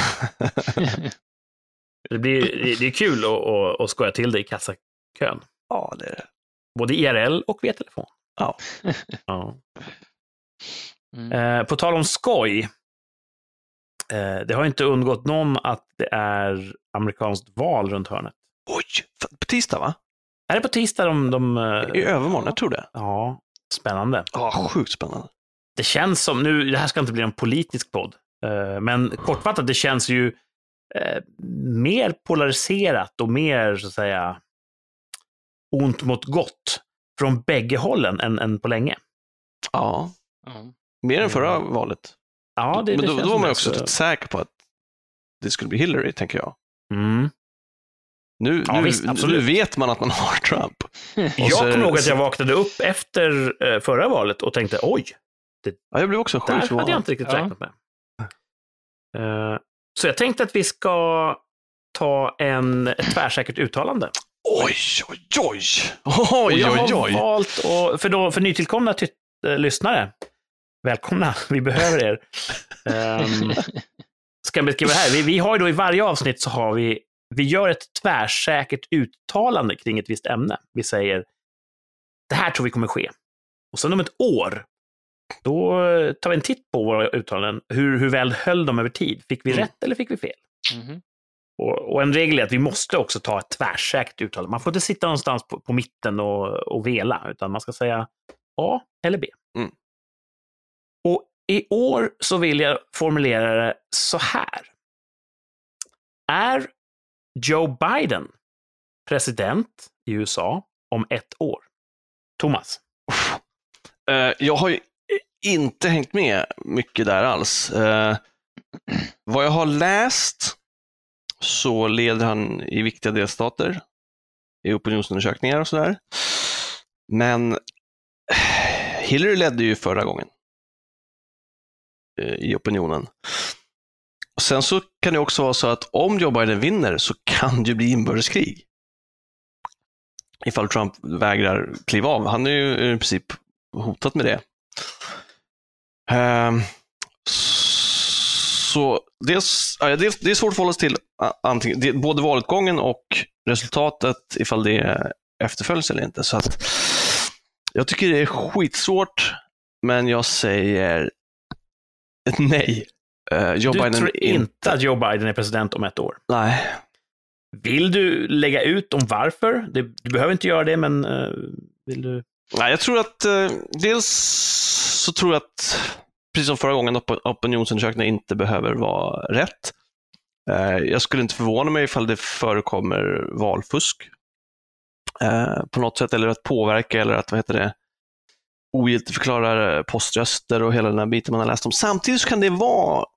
Det, blir, det, det är kul att, att, att skoja till dig i kassakön. Ja, det är det. Både I R L och via telefon. Ja. Ja. Mm. Eh, på tal om skoj. Eh, det har inte undgått någon att det är amerikanskt val runt hörnet. Oj, på tisdag va? Är det på tisdag de... de I eh, övermorgon, jag tror det. ja, spännande. Ja, sjukt spännande. Det känns som, nu, det här ska inte bli en politisk podd, eh, men kortfattat, det känns ju eh, mer polariserat och mer, så att säga, ont mot gott från bägge hållen än, än på länge. Ja, Ja. mer än förra valet. Ja, det, Men det då, känns då var som man det, också så- rätt säker på att det skulle bli Hillary, tänker jag. Mm. Nu, Ja, nu, visst, absolut. nu vet man att man har Trump. Jag så är kommer det- ihåg att jag vaknade upp efter eh, förra valet och tänkte, oj, Ja, jag blev också där sjukt hade jag förvånad. inte riktigt Ja. räknat med. Eh, så jag tänkte att vi ska ta en, ett tvärsäkert uttalande. Oj, oj, oj. Och Oj, jag oj, har oj. valt, att, för, då, för nytillkomna ty- äh, lyssnare, välkomna, vi behöver er. Um, ska jag beskriva det här? Vi, vi har ju då i varje avsnitt så har vi, vi gör ett tvärsäkert uttalande kring ett visst ämne. Vi säger, det här tror vi kommer ske. Och sen om ett år, då tar vi en titt på våra uttalanden. Hur, hur väl höll de över tid? Fick vi Mm. rätt eller fick vi fel? Mhm. Och, och en regel är att vi måste också ta ett tvärsäkert uttalande. Man får inte sitta någonstans på, på mitten och, och vela, utan man ska säga A eller B. Mm. Och i år så vill jag formulera det så här. Är Joe Biden president i U S A om ett år? Thomas? Eh, jag har ju inte hängt med mycket där alls. Eh, vad jag har läst så leder han i viktiga delstater i opinionsundersökningar och sådär. Men eh, Hillary ledde ju förra gången eh, i opinionen. Och sen så kan det också vara så att om Joe Biden vinner så kan det ju bli inbördeskrig. Ifall Trump vägrar kliva av. Han är ju i princip hotat med det. Um, så dels, ja, dels, det är svårt att förhålla sig till a- antingen, det, både valutgången och resultatet ifall det efterföljs eller inte. Så att jag tycker det är skitsvårt, men jag säger ett nej. Uh, Joe du Biden tror inte att Joe Biden är president om ett år? Nej. Vill du lägga ut om varför? Det, du behöver inte göra det, men uh, vill du? Nej, jag tror att uh, dels så tror jag att precis som förra gången op- opinionsundersökningar inte behöver vara rätt. Uh, jag skulle inte förvåna mig ifall det förekommer valfusk uh, på något sätt, eller att påverka, eller att vad heter det ogiltigförklara poströster och hela den här biten man har läst om. Samtidigt så kan det vara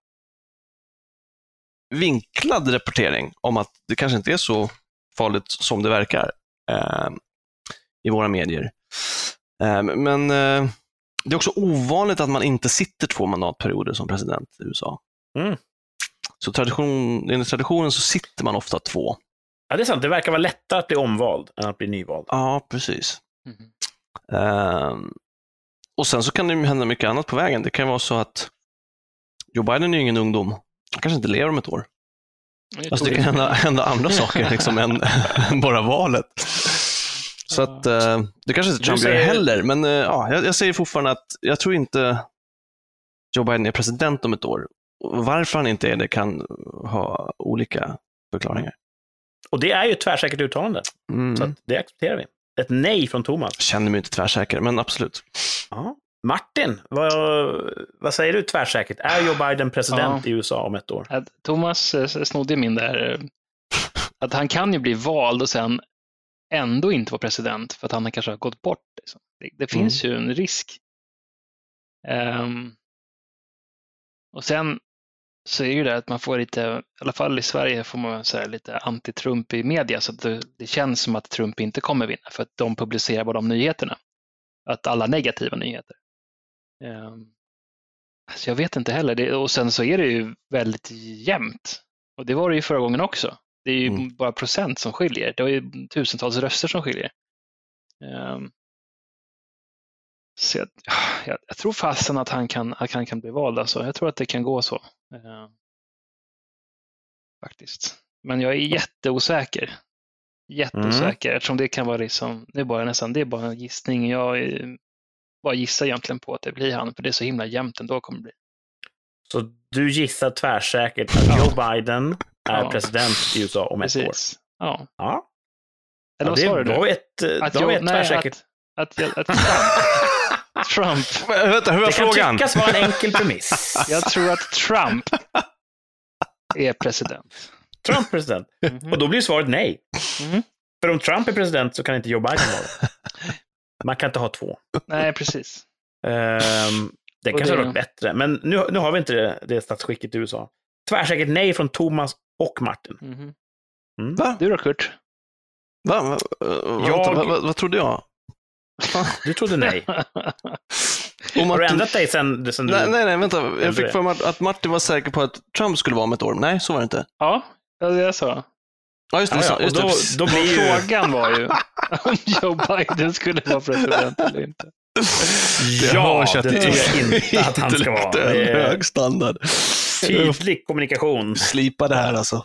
vinklad rapportering om att det kanske inte är så farligt som det verkar eh, i våra medier. Eh, men eh, det är också ovanligt att man inte sitter två mandatperioder som president i U S A. Mm. Så tradition, enligt traditionen så sitter man ofta två. Ja, det är sant. Det verkar vara lättare att bli omvald än att bli nyvald. Ja, precis. Mm. Eh, och sen så kan det hända mycket annat på vägen. Det kan vara så att Joe Biden är ingen ungdom. Han kanske inte lever om ett år. Alltså det kan hända, hända andra saker liksom, än, än bara valet. Så att uh, det kanske inte Trump säger... gör heller. Men uh, ja, jag, jag säger fortfarande att jag tror inte Joe Biden är president om ett år. Varför han inte är det kan ha olika förklaringar. Och det är ju ett tvärsäkert uttalande. Mm. Så att det accepterar vi. Ett nej från Thomas. Jag känner mig inte tvärsäker, men absolut. Ja. Martin, vad, vad säger du tvärsäkert? Är Joe Biden president ja. i U S A om ett år? Att Thomas snodde min där. Att han kan ju bli vald och sen ändå inte vara president för att han kanske har gått bort. Liksom. Det, det finns mm. ju en risk. Um, och sen så är ju det att man får lite, i alla fall i Sverige får man säga lite anti-Trump i media, så att det, det känns som att Trump inte kommer vinna för att de publicerar bara de nyheterna. Att alla negativa nyheter. Um, så jag vet inte heller. Det, och sen så är det ju väldigt jämnt. Och det var det ju förra gången också. Det är ju mm. bara procent som skiljer. Det är ju tusentals röster som skiljer. Um, så jag, jag, jag tror fasen att han kan, att han kan bli vald. Alltså. Jag tror att det kan gå så. Uh, faktiskt. Men jag är jätteosäker. Jätteosäker. Mm. Eftersom det kan vara liksom, det är bara nästan, det är bara en gissning. Jag är, bara gissar egentligen på att det blir han. För det är så himla jämnt ändå kommer det bli. Så du gissar tvärsäkert att ja. Joe Biden är ja. president i U S A om ett Precis. år? Ja. Ja. Eller vad sa du? Då ett, att då jag, ett nej, tvärsäkert. Att, att, att Trump. Trump. Vänta, hur var det frågan? kan tyckas vara en enkel premiss. Jag tror att Trump är president. Trump president? Mm-hmm. Och då blir svaret nej. Mm-hmm. För om Trump är president så kan inte Joe Biden vara det. Man kan inte ha två. Nej, precis. Um, det kanske har varit bättre. Men nu, nu har vi inte det, det statsskicket i U S A. Tvärsäkert nej från Thomas och Martin. Mm-hmm. Mm. Va? Du då, Kurt? Va? Va? Jag... Va? Va? Vad trodde jag? Du trodde nej. Martin... Har du ändrat dig sen, sen du... Nej, nej, nej, vänta. Jag fick för mig att Martin var säker på att Trump skulle vara om ett år. Nej, så var det inte. Ja, det är det så. Ja, just det. Ja, ja. Just då, det. Då blir ju... Frågan var ju om Joe Biden skulle vara president eller inte. Ja, det tror jag inte att han ska vara. Det är hög standard. Tydlig kommunikation. Slipa det här alltså.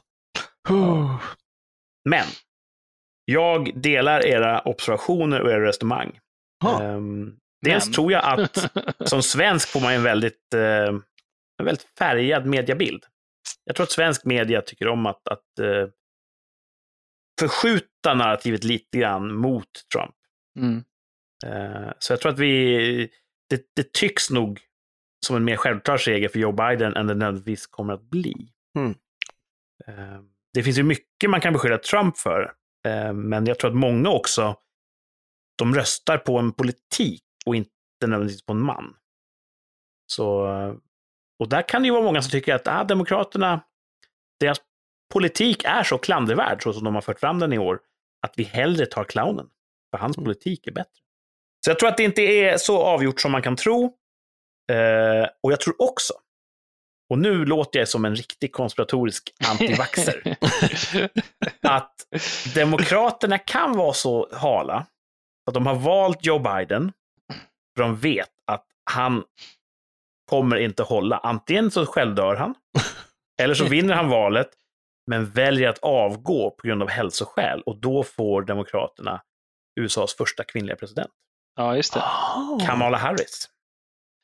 Men jag delar era observationer och era resonemang. Um, dels Men. tror jag att som svensk får man en väldigt, uh, en väldigt färgad mediebild. Jag tror att svensk media tycker om att, att uh, förskjuta narrativet lite grann mot Trump. Mm. Uh, så jag tror att vi det, det tycks nog som en mer självklar seger för Joe Biden än det nödvändigtvis kommer att bli. Mm. Uh, det finns ju mycket man kan beskylla Trump för. Men jag tror att många också de röstar på en politik och inte nödvändigtvis på en man. Så, och där kan det ju vara många som tycker att ah, demokraterna, deras politik är så klandervärd så som de har fört fram den i år, att vi hellre tar clownen. För hans mm. politik är bättre. Så jag tror att det inte är så avgjort som man kan tro. Eh, och jag tror också, och nu låter jag som en riktig konspiratorisk antivaxer, att demokraterna kan vara så hala att de har valt Joe Biden för de vet att han kommer inte hålla. Antingen så självdör han eller så vinner han valet men väljer att avgå på grund av hälsoskäl och då får demokraterna U S As första kvinnliga president. Ja, just det. Kamala Harris.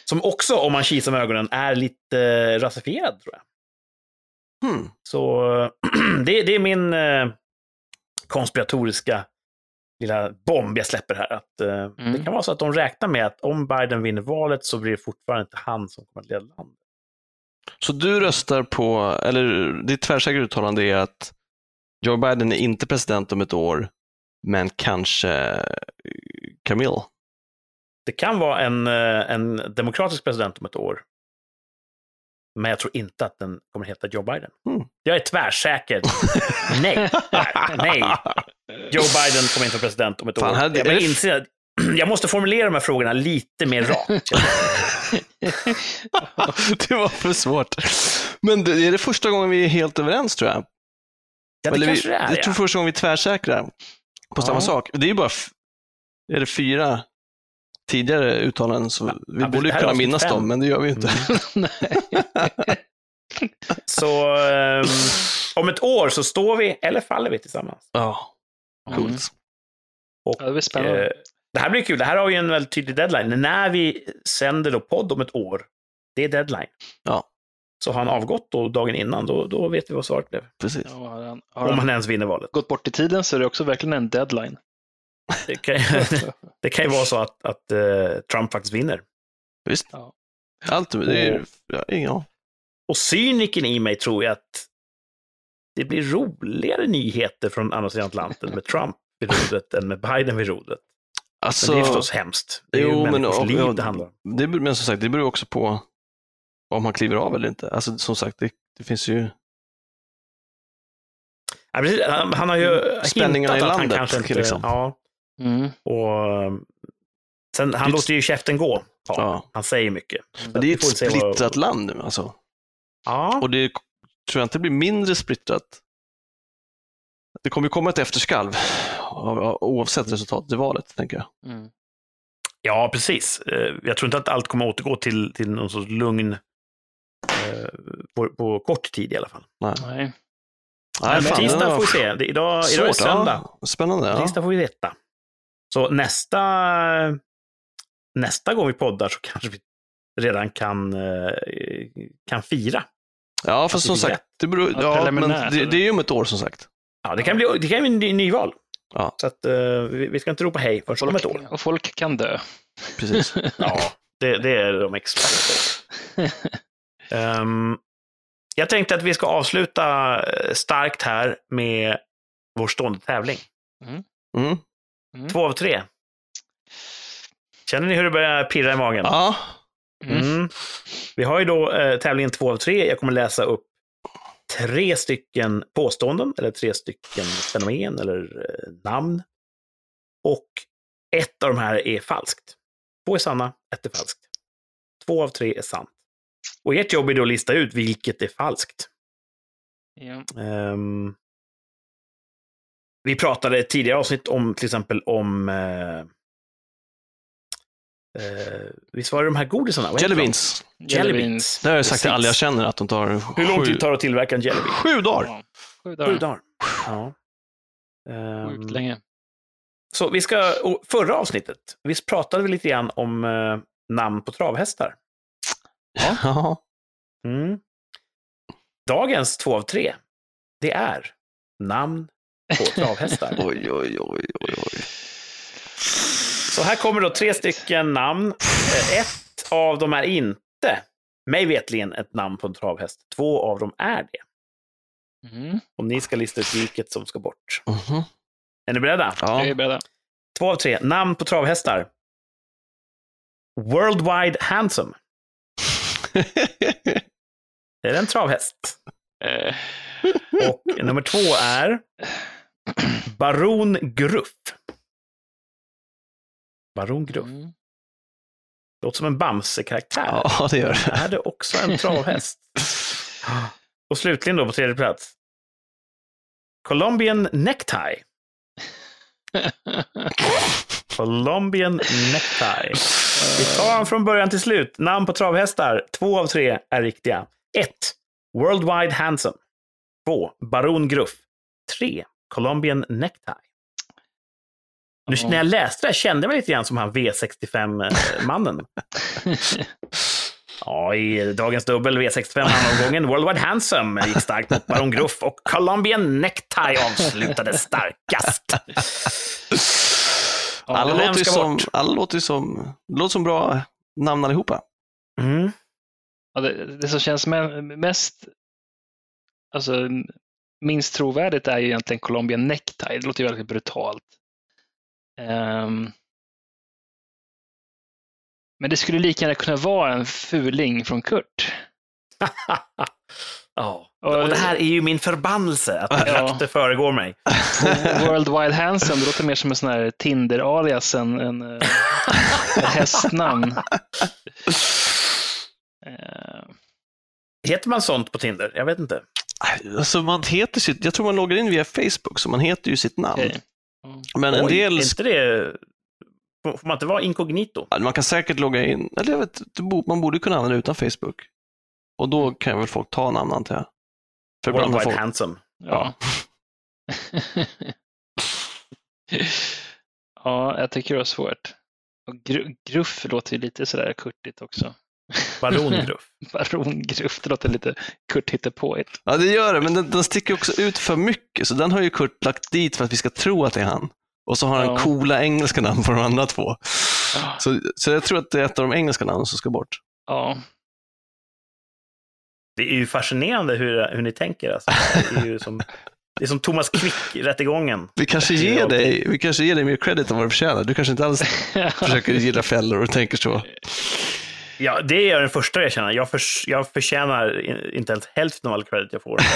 Som också, om man kisar med ögonen, är lite rasifierad, tror jag. Hmm. Så det, det är min eh, konspiratoriska lilla bomb jag släpper här. Att, eh, Mm. Det kan vara så att de räknar med att om Biden vinner valet så blir det fortfarande inte han som kommer att leda landet. Så du röstar på, eller ditt tvärsäkra uttalande är att Joe Biden är inte president om ett år, men kanske Camille. Det kan vara en, eh, en demokratisk president om ett år. Men jag tror inte att den kommer heta Joe Biden. Mm. Jag är tvärsäker. Nej. Nej. Joe Biden kommer inte vara president om ett Fan, år. hade- Jag, är det- inser att jag måste formulera de här frågorna lite mer rakt. Det var för svårt. Men det är det första gången vi är helt överens, tror jag. Ja, det Eller kanske vi, det är. jag tror Ja. första gången vi är tvärsäkra på Ja. samma sak. Det är ju bara f- är det fyra tidigare uttalanden, så vi Ja, borde det ju här är kunna avsnitt minnas fem. dem, men det gör vi ju inte. Så um, om ett år så står vi eller faller vi tillsammans. Ja, Mm. coolt. Och, Ja, det blir spännande. eh, det här blir kul. Det här har ju en väldigt tydlig deadline. När vi sänder då podd om ett år, det är deadline. Ja, Så har han avgått då dagen innan, då, då vet vi vad svaret blev. precis. Ja, har han, har Om han han ens vinner valet. gått bort i tiden så är det också verkligen en deadline. Det kan, det kan ju vara så att, att uh, Trump faktiskt vinner. Visst. Ja. Allt, det är ja, ingen aning. Och cyniken i mig tror jag att det blir roligare nyheter från andra sidan Atlanten med Trump vid rodret än med Biden vid rodret. Alltså, Men det är förstås hemskt. Det är ju jo, men, människors och, liv ja, det handlar om. det, men som sagt, det beror också på om han kliver av eller inte. Alltså, som sagt, det, det finns ju Ja, precis. Han, han har ju spänningarna hintat i att han landet, kanske inte... liksom. Ja, Mm. och sen, han Det- låter ju käften gå. Ja, Ja. Han säger mycket. Men det är Vi ett får se vad- splittrat land nu alltså. Ja, Och det tror jag inte blir mindre splittrat. Det kommer ju komma ett efterskalv av- av- oavsett resultatet i valet, tänker jag. Mm. ja, precis. Eh, Jag tror inte att allt kommer återgå till, till någon sorts lugn eh, på, på kort tid i alla fall. Nej, Nej. Nej Men fan, den tisdag var får vi se. Det, idag, idag är svårt, söndag. ja. Spännande. Ja. Tisdag får vi veta. Så nästa, nästa gång vi poddar så kanske vi redan kan, eh, kan fira. Ja, Att fast vi som fick sagt, rätt. det, beror, Ja, ja, men preliminärt, det, eller? det är ju om ett år som sagt. Ja, det kan bli, det kan bli en ny, nyval. Ja. Så att, eh, vi, vi ska inte ropa hej förrän om ett år. Och folk kan dö. Precis. Ja, det, det är de experter. um, jag tänkte att vi ska avsluta eh, starkt här med vår stående tävling. Mm. Två av tre. Känner ni hur det börjar pirra i magen? Ja, Mm. Mm. Vi har ju då eh, tävlingen två av tre. Jag kommer läsa upp tre stycken påståenden, eller tre stycken fenomen, eller eh, namn. Och ett av de här är falskt. Två är sanna, ett är falskt. Två av tre är sant. Och ert jobb är då att lista ut vilket är falskt. Ja. Ehm, vi pratade i ett tidigare avsnitt om till exempel om eh, eh, visst var det de här godisarna? Vad heter Jelly de? beans. Jelly beans. Det har jag sagt till Precis. alla jag känner att de tar Hur lång sju, tid tar det att tillverka en jelly bean? sju dagar. Ja. Sju Sju dagar. dagar. Ja. Ehm, Sjukt länge. så vi ska, och förra avsnittet, visst pratade vi lite grann om eh, namn på travhästar? Ja. Mm. Dagens två av tre, det är namn på travhästar. Oj, oj, oj, oj, oj. Så här kommer då tre stycken namn. Eh, Ett av dem är inte, mig vetligen, ett namn på en travhäst. Två av dem är det. Mm. Och ni ska lista ut vilket som ska bort. Mhm. Är ni beredda? Jag är Ja. beredda. Två av tre. Namn på travhästar. Worldwide Handsome. Det är en travhäst. Eh, Och nummer två är Baron Gruff. Baron Gruff. mm. Låter som en Bamse-karaktär. Ja, det gör det. Är det också en travhäst? Och slutligen då på tredje plats. Colombian Necktie. Colombian Necktie. Vi tar dem från början till slut. Namn på travhästar. Två av tre är riktiga. Ett. Worldwide Handsome. Två. Baron Gruff. Tre. Colombian Necktie. Nu, när jag läste det kände jag mig lite grann som han V sextiofem-mannen. Ja, i dagens dubbel V sextiofem-omgången Worldwide Handsome gick starkt mot Baron Gruff och Colombian Necktie avslutade starkast. Alla låter ju som, alla låter som, låter som bra namn allihopa. Mm. Ja, det, det som känns mest, alltså minst trovärdigt är ju egentligen Colombian Necktie. Det låter ju väldigt brutalt. Um, men det skulle lika gärna kunna vara en fuling från Kurt. Ja, och det här är ju min förbannelse att ja. Det föregår mig. Worldwide Handsome, det låter mer som en sån här Tinder-alias än en, en, en hästnamn. uh. Heter man sånt på Tinder? Jag vet inte. Alltså man heter sitt, jag tror man loggar in via Facebook, så man heter ju sitt namn. Okay. Mm. Men en Oj, del... inte det... Får man inte vara inkognito? Man kan säkert logga in, eller jag vet, man borde kunna använda det utan Facebook. Och då kan väl folk ta namn, antar jag. För Worldwide folk... Handsome. Ja. Ja, jag tycker det var svårt. Och gr- gruff låter ju lite sådär kurtigt också. Baron Gruff. Baron Gruff, det låter lite Kurt hittepåigt. Ja, det gör det, men den, den sticker också ut för mycket. Så den har ju Kurt lagt dit för att vi ska tro att det är han. Och så har han ja. coola engelska namn på de andra två. Ja. Så, så jag tror att det är ett av de engelska namnen som ska bort. Ja. Det är ju fascinerande hur, hur ni tänker. Alltså. Det är ju som, det är som Thomas Quick-rättegången. Vi kanske ger dig, vi kanske ger dig mer credit än vad du förtjänar. Du kanske inte alls försöker gilla fällor och tänker så. Ja, det är jag den första jag känner. Jag, förs- jag förtjänar inte ens hälften av all credit jag får.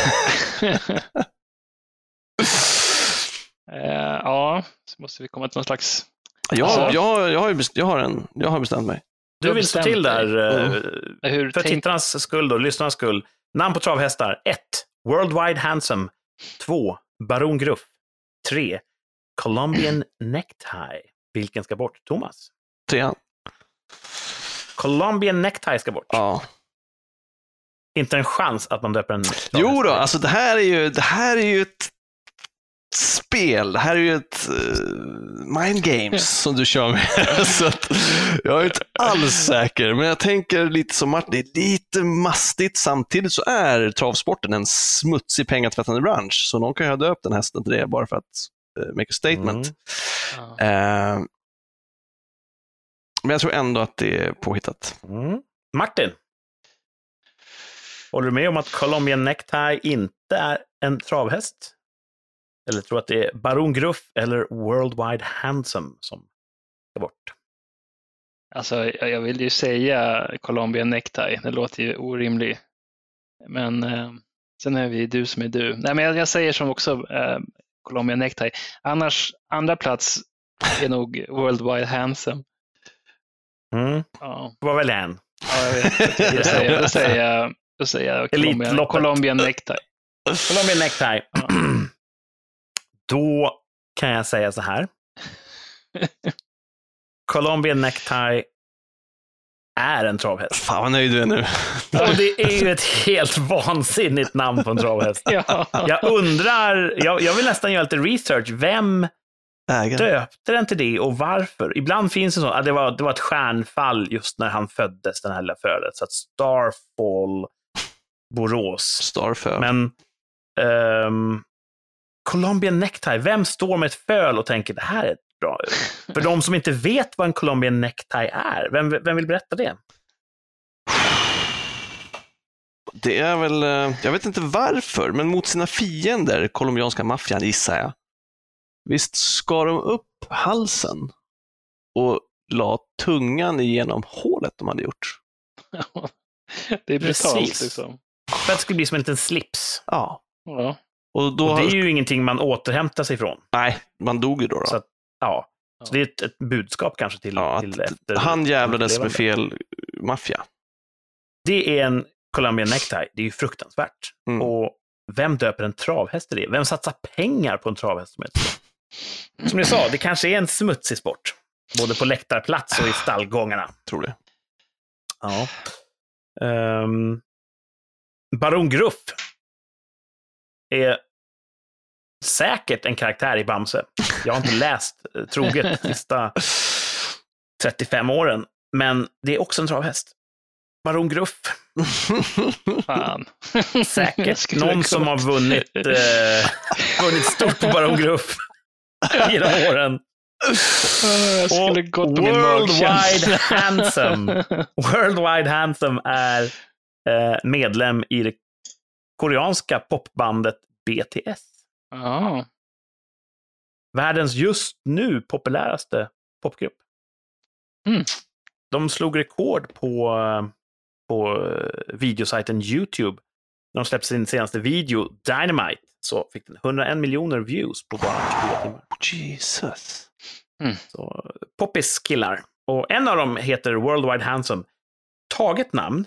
uh, ja, så måste vi komma till någon slags... Jag, jag, jag, jag, har, best- jag, har, en, jag har bestämt mig. Du vill stå till där mm. uh, Hur för tänk... tittarnas skull och lyssnarnas skull. Namn på travhästar. ett. Worldwide Handsome. två. Baron Gruff. tre. Colombian Necktie. Vilken ska bort? Thomas? Trean. Colombian Necktie ska bort. Ja. Inte en chans att man döper en... Jo då, alltså det här är ju, det här är ju ett spel. Det här är ju ett uh, mind games som du kör med. Så att jag är inte alls säker, men jag tänker lite som Martin, det är lite mastigt. Samtidigt så är travsporten en smutsig pengatvättande bransch, så någon kan ju ha döpt den hästen till det bara för att uh, make a statement. Mm. Ja. Uh, men jag tror ändå att det är påhittat. Mm. Martin, håller du med om att Colombian Necktie inte är en travhäst? Eller tror att det är Baron Gruff eller Worldwide Handsome som ska bort? Alltså, jag vill ju säga Colombian Necktie. Det låter ju orimligt. Men eh, sen är vi du som är du. Nej, men jag, jag säger som också eh, Colombian Necktie. Annars, andra plats är nog Worldwide Handsome. Mm. Ja. Vad väl en? Ja, jag vet. Då säger jag, då säger jag, då säger jag Colombian, Colombian Necktie. Colombian Necktie. Ja. Då kan jag säga så här. Colombian Necktie är en travhäst. Fan vad nöjd du är nu. Och det är ju ett helt vansinnigt namn på en travhäst. Ja. Jag undrar, jag, jag vill nästan göra lite research. Vem Ägare. döpte den till det och varför? Ibland finns det så att det var, det var ett stjärnfall just när han föddes, den här lilla födet. Så att Starfall Borås. Starfall. Men um, Colombian Necktie, vem står med ett föl och tänker det här är bra? För de som inte vet vad en Colombian Necktie är, vem, vem vill berätta det? Det är väl, jag vet inte varför, men mot sina fiender, colombianska maffian gissar jag. Visst skar de upp halsen och la tungan igenom hålet de hade gjort. Det är brutalt liksom. För att det skulle bli som en liten slips. Ja. Ja. Och, då och det är ju ingenting man återhämtar sig från. Nej, man dog ju då. då. Så att, ja. Så det är ett, ett budskap kanske till, ja, till efter. Han jävlades med fel maffia. Det är en Colombian Necktie. Det är ju fruktansvärt. Mm. Och vem döper en travhäst till det? Vem satsar pengar på en travhäst som heter så? Som jag sa, det kanske är en smutsig sport. Både på läktarplats och i stallgångarna. Tror det. Ja. Um, Baron Gruff är säkert en karaktär i Bamse. Jag har inte läst troget de sista trettiofem åren. Men det är också en travhäst. Baron Gruff. Fan. Säkert någon som har vunnit, eh, vunnit stort på Baron Gruff genom åren. Jag skulle Och gått på min Worldwide magkänsla. Handsome. Worldwide Handsome är eh, medlem i det koreanska popbandet B T S. Ja. Världens just nu populäraste popgrupp. Mm. De slog rekord på, på videosajten YouTube. När de släppte sin senaste video, Dynamite, så fick den hundraen miljoner views på bara tjugofyra timmar. Jesus. Mm. Så, poppis killar. Och en av dem heter Worldwide Handsome. Taget namn.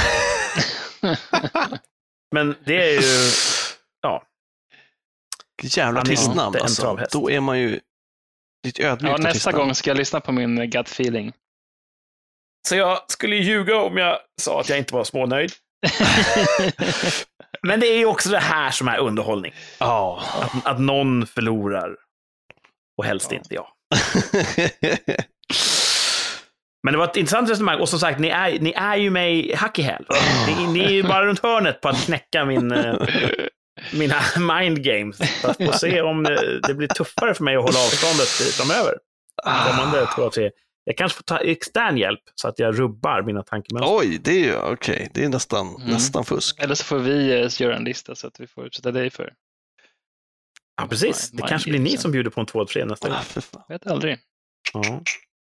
Men det är ju... Ja. Jävla Han är artistnamn inte en alltså. travhäst. Då är man ju lite ödmjuk. Ja, nästa artistnamn. gång ska jag lyssna på min gut feeling. Så jag skulle ljuga om jag sa att jag inte var smånöjd. Men det är ju också det här som är underhållning. Ja. Att, att någon förlorar. Och helst inte jag. Men det var ett intressant resonemang. Och som sagt, ni är, ni är ju mig hack i häl. Ni, ni är ju bara runt hörnet på att knäcka min, eh, mina mind games. För att få se om det, det blir tuffare för mig att hålla avståndet framöver. Kommande två av tre. Jag kanske får ta extern hjälp så att jag rubbar mina tankemönster. Oj, det är ju okej. Okay. Det är nästan, Mm. nästan fusk. Eller så får vi eh, göra en lista så att vi får utsätta dig för. Ja, precis. Det Mind kanske blir ni games. som bjuder på en två av tre nästa gång. Ah, för fan. Vet aldrig. Ja.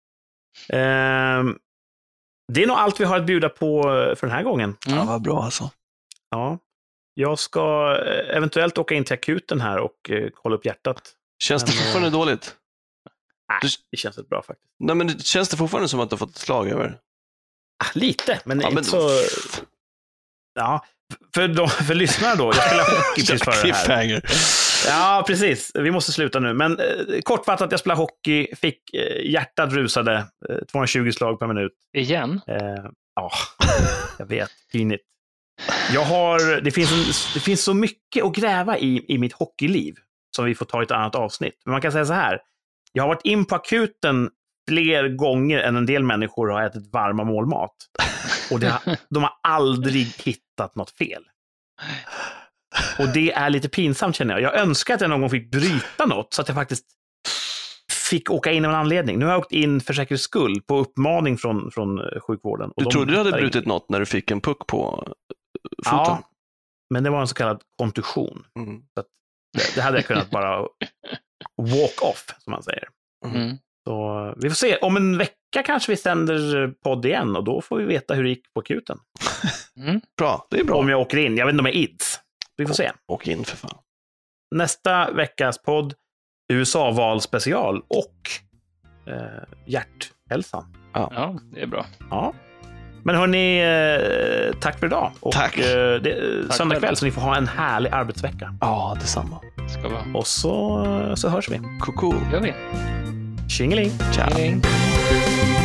Ehm, det är nog allt vi har att bjuda på för den här gången. Mm. Ja, vad bra alltså. Ja. Jag ska eh, eventuellt åka in till akuten här och eh, kolla upp hjärtat. Känns det Men, fortfarande dåligt? Nej, Du- det känns rätt bra faktiskt. Nej, men det känns det fortfarande som att du har fått ett slag över? Ah, lite, men Ja, inte men- så... Ja, för, de, för lyssnare då. Jag spelar hockey precis före det här. Cliffhanger. Ja, precis. Vi måste sluta nu. Men eh, kortfattat, jag spelar hockey, fick eh, hjärtat rusade, eh, tvåhundratjugo slag per minut. Igen? Eh, ja, jag vet. Pinigt. Jag har, det, finns en, det finns så mycket att gräva i, i mitt hockeyliv som vi får ta i ett annat avsnitt. Men man kan säga så här. Jag har varit in på akuten fler gånger än en del människor har ätit varma målmat. Och det har, de har aldrig hittat något fel. Och det är lite pinsamt, känner jag. Jag önskar att jag någon gång fick bryta något så att jag faktiskt fick åka in av en anledning. Nu har jag åkt in för säkerhets skull på uppmaning från, från sjukvården. Och Du de trodde du hade hittar brutit inget. något när du fick en puck på foten? Ja, men det var en så kallad kontusion. Mm. Det, det hade jag kunnat bara walk off, som man säger. Mm. Så vi får se. Om en vecka kanske vi sänder podd igen och då får vi veta hur det gick på akuten. Mm. Bra, det är bra. Om jag åker in. Jag vet inte om jag är I D S. Vi får se. Åk in för fan. Nästa veckas podd, U S A-valspecial och eh, hjärthälsan. Ja, det är bra. Ja. Men hörni, eh, tack för idag. Och, Tack. Eh, det är Tack söndag själv. kväll så ni får ha en härlig arbetsvecka. Ja, detsamma. Ska vara. Och så, så hörs vi. Koko. Gör vi. Tjingeling. Ciao. Hej.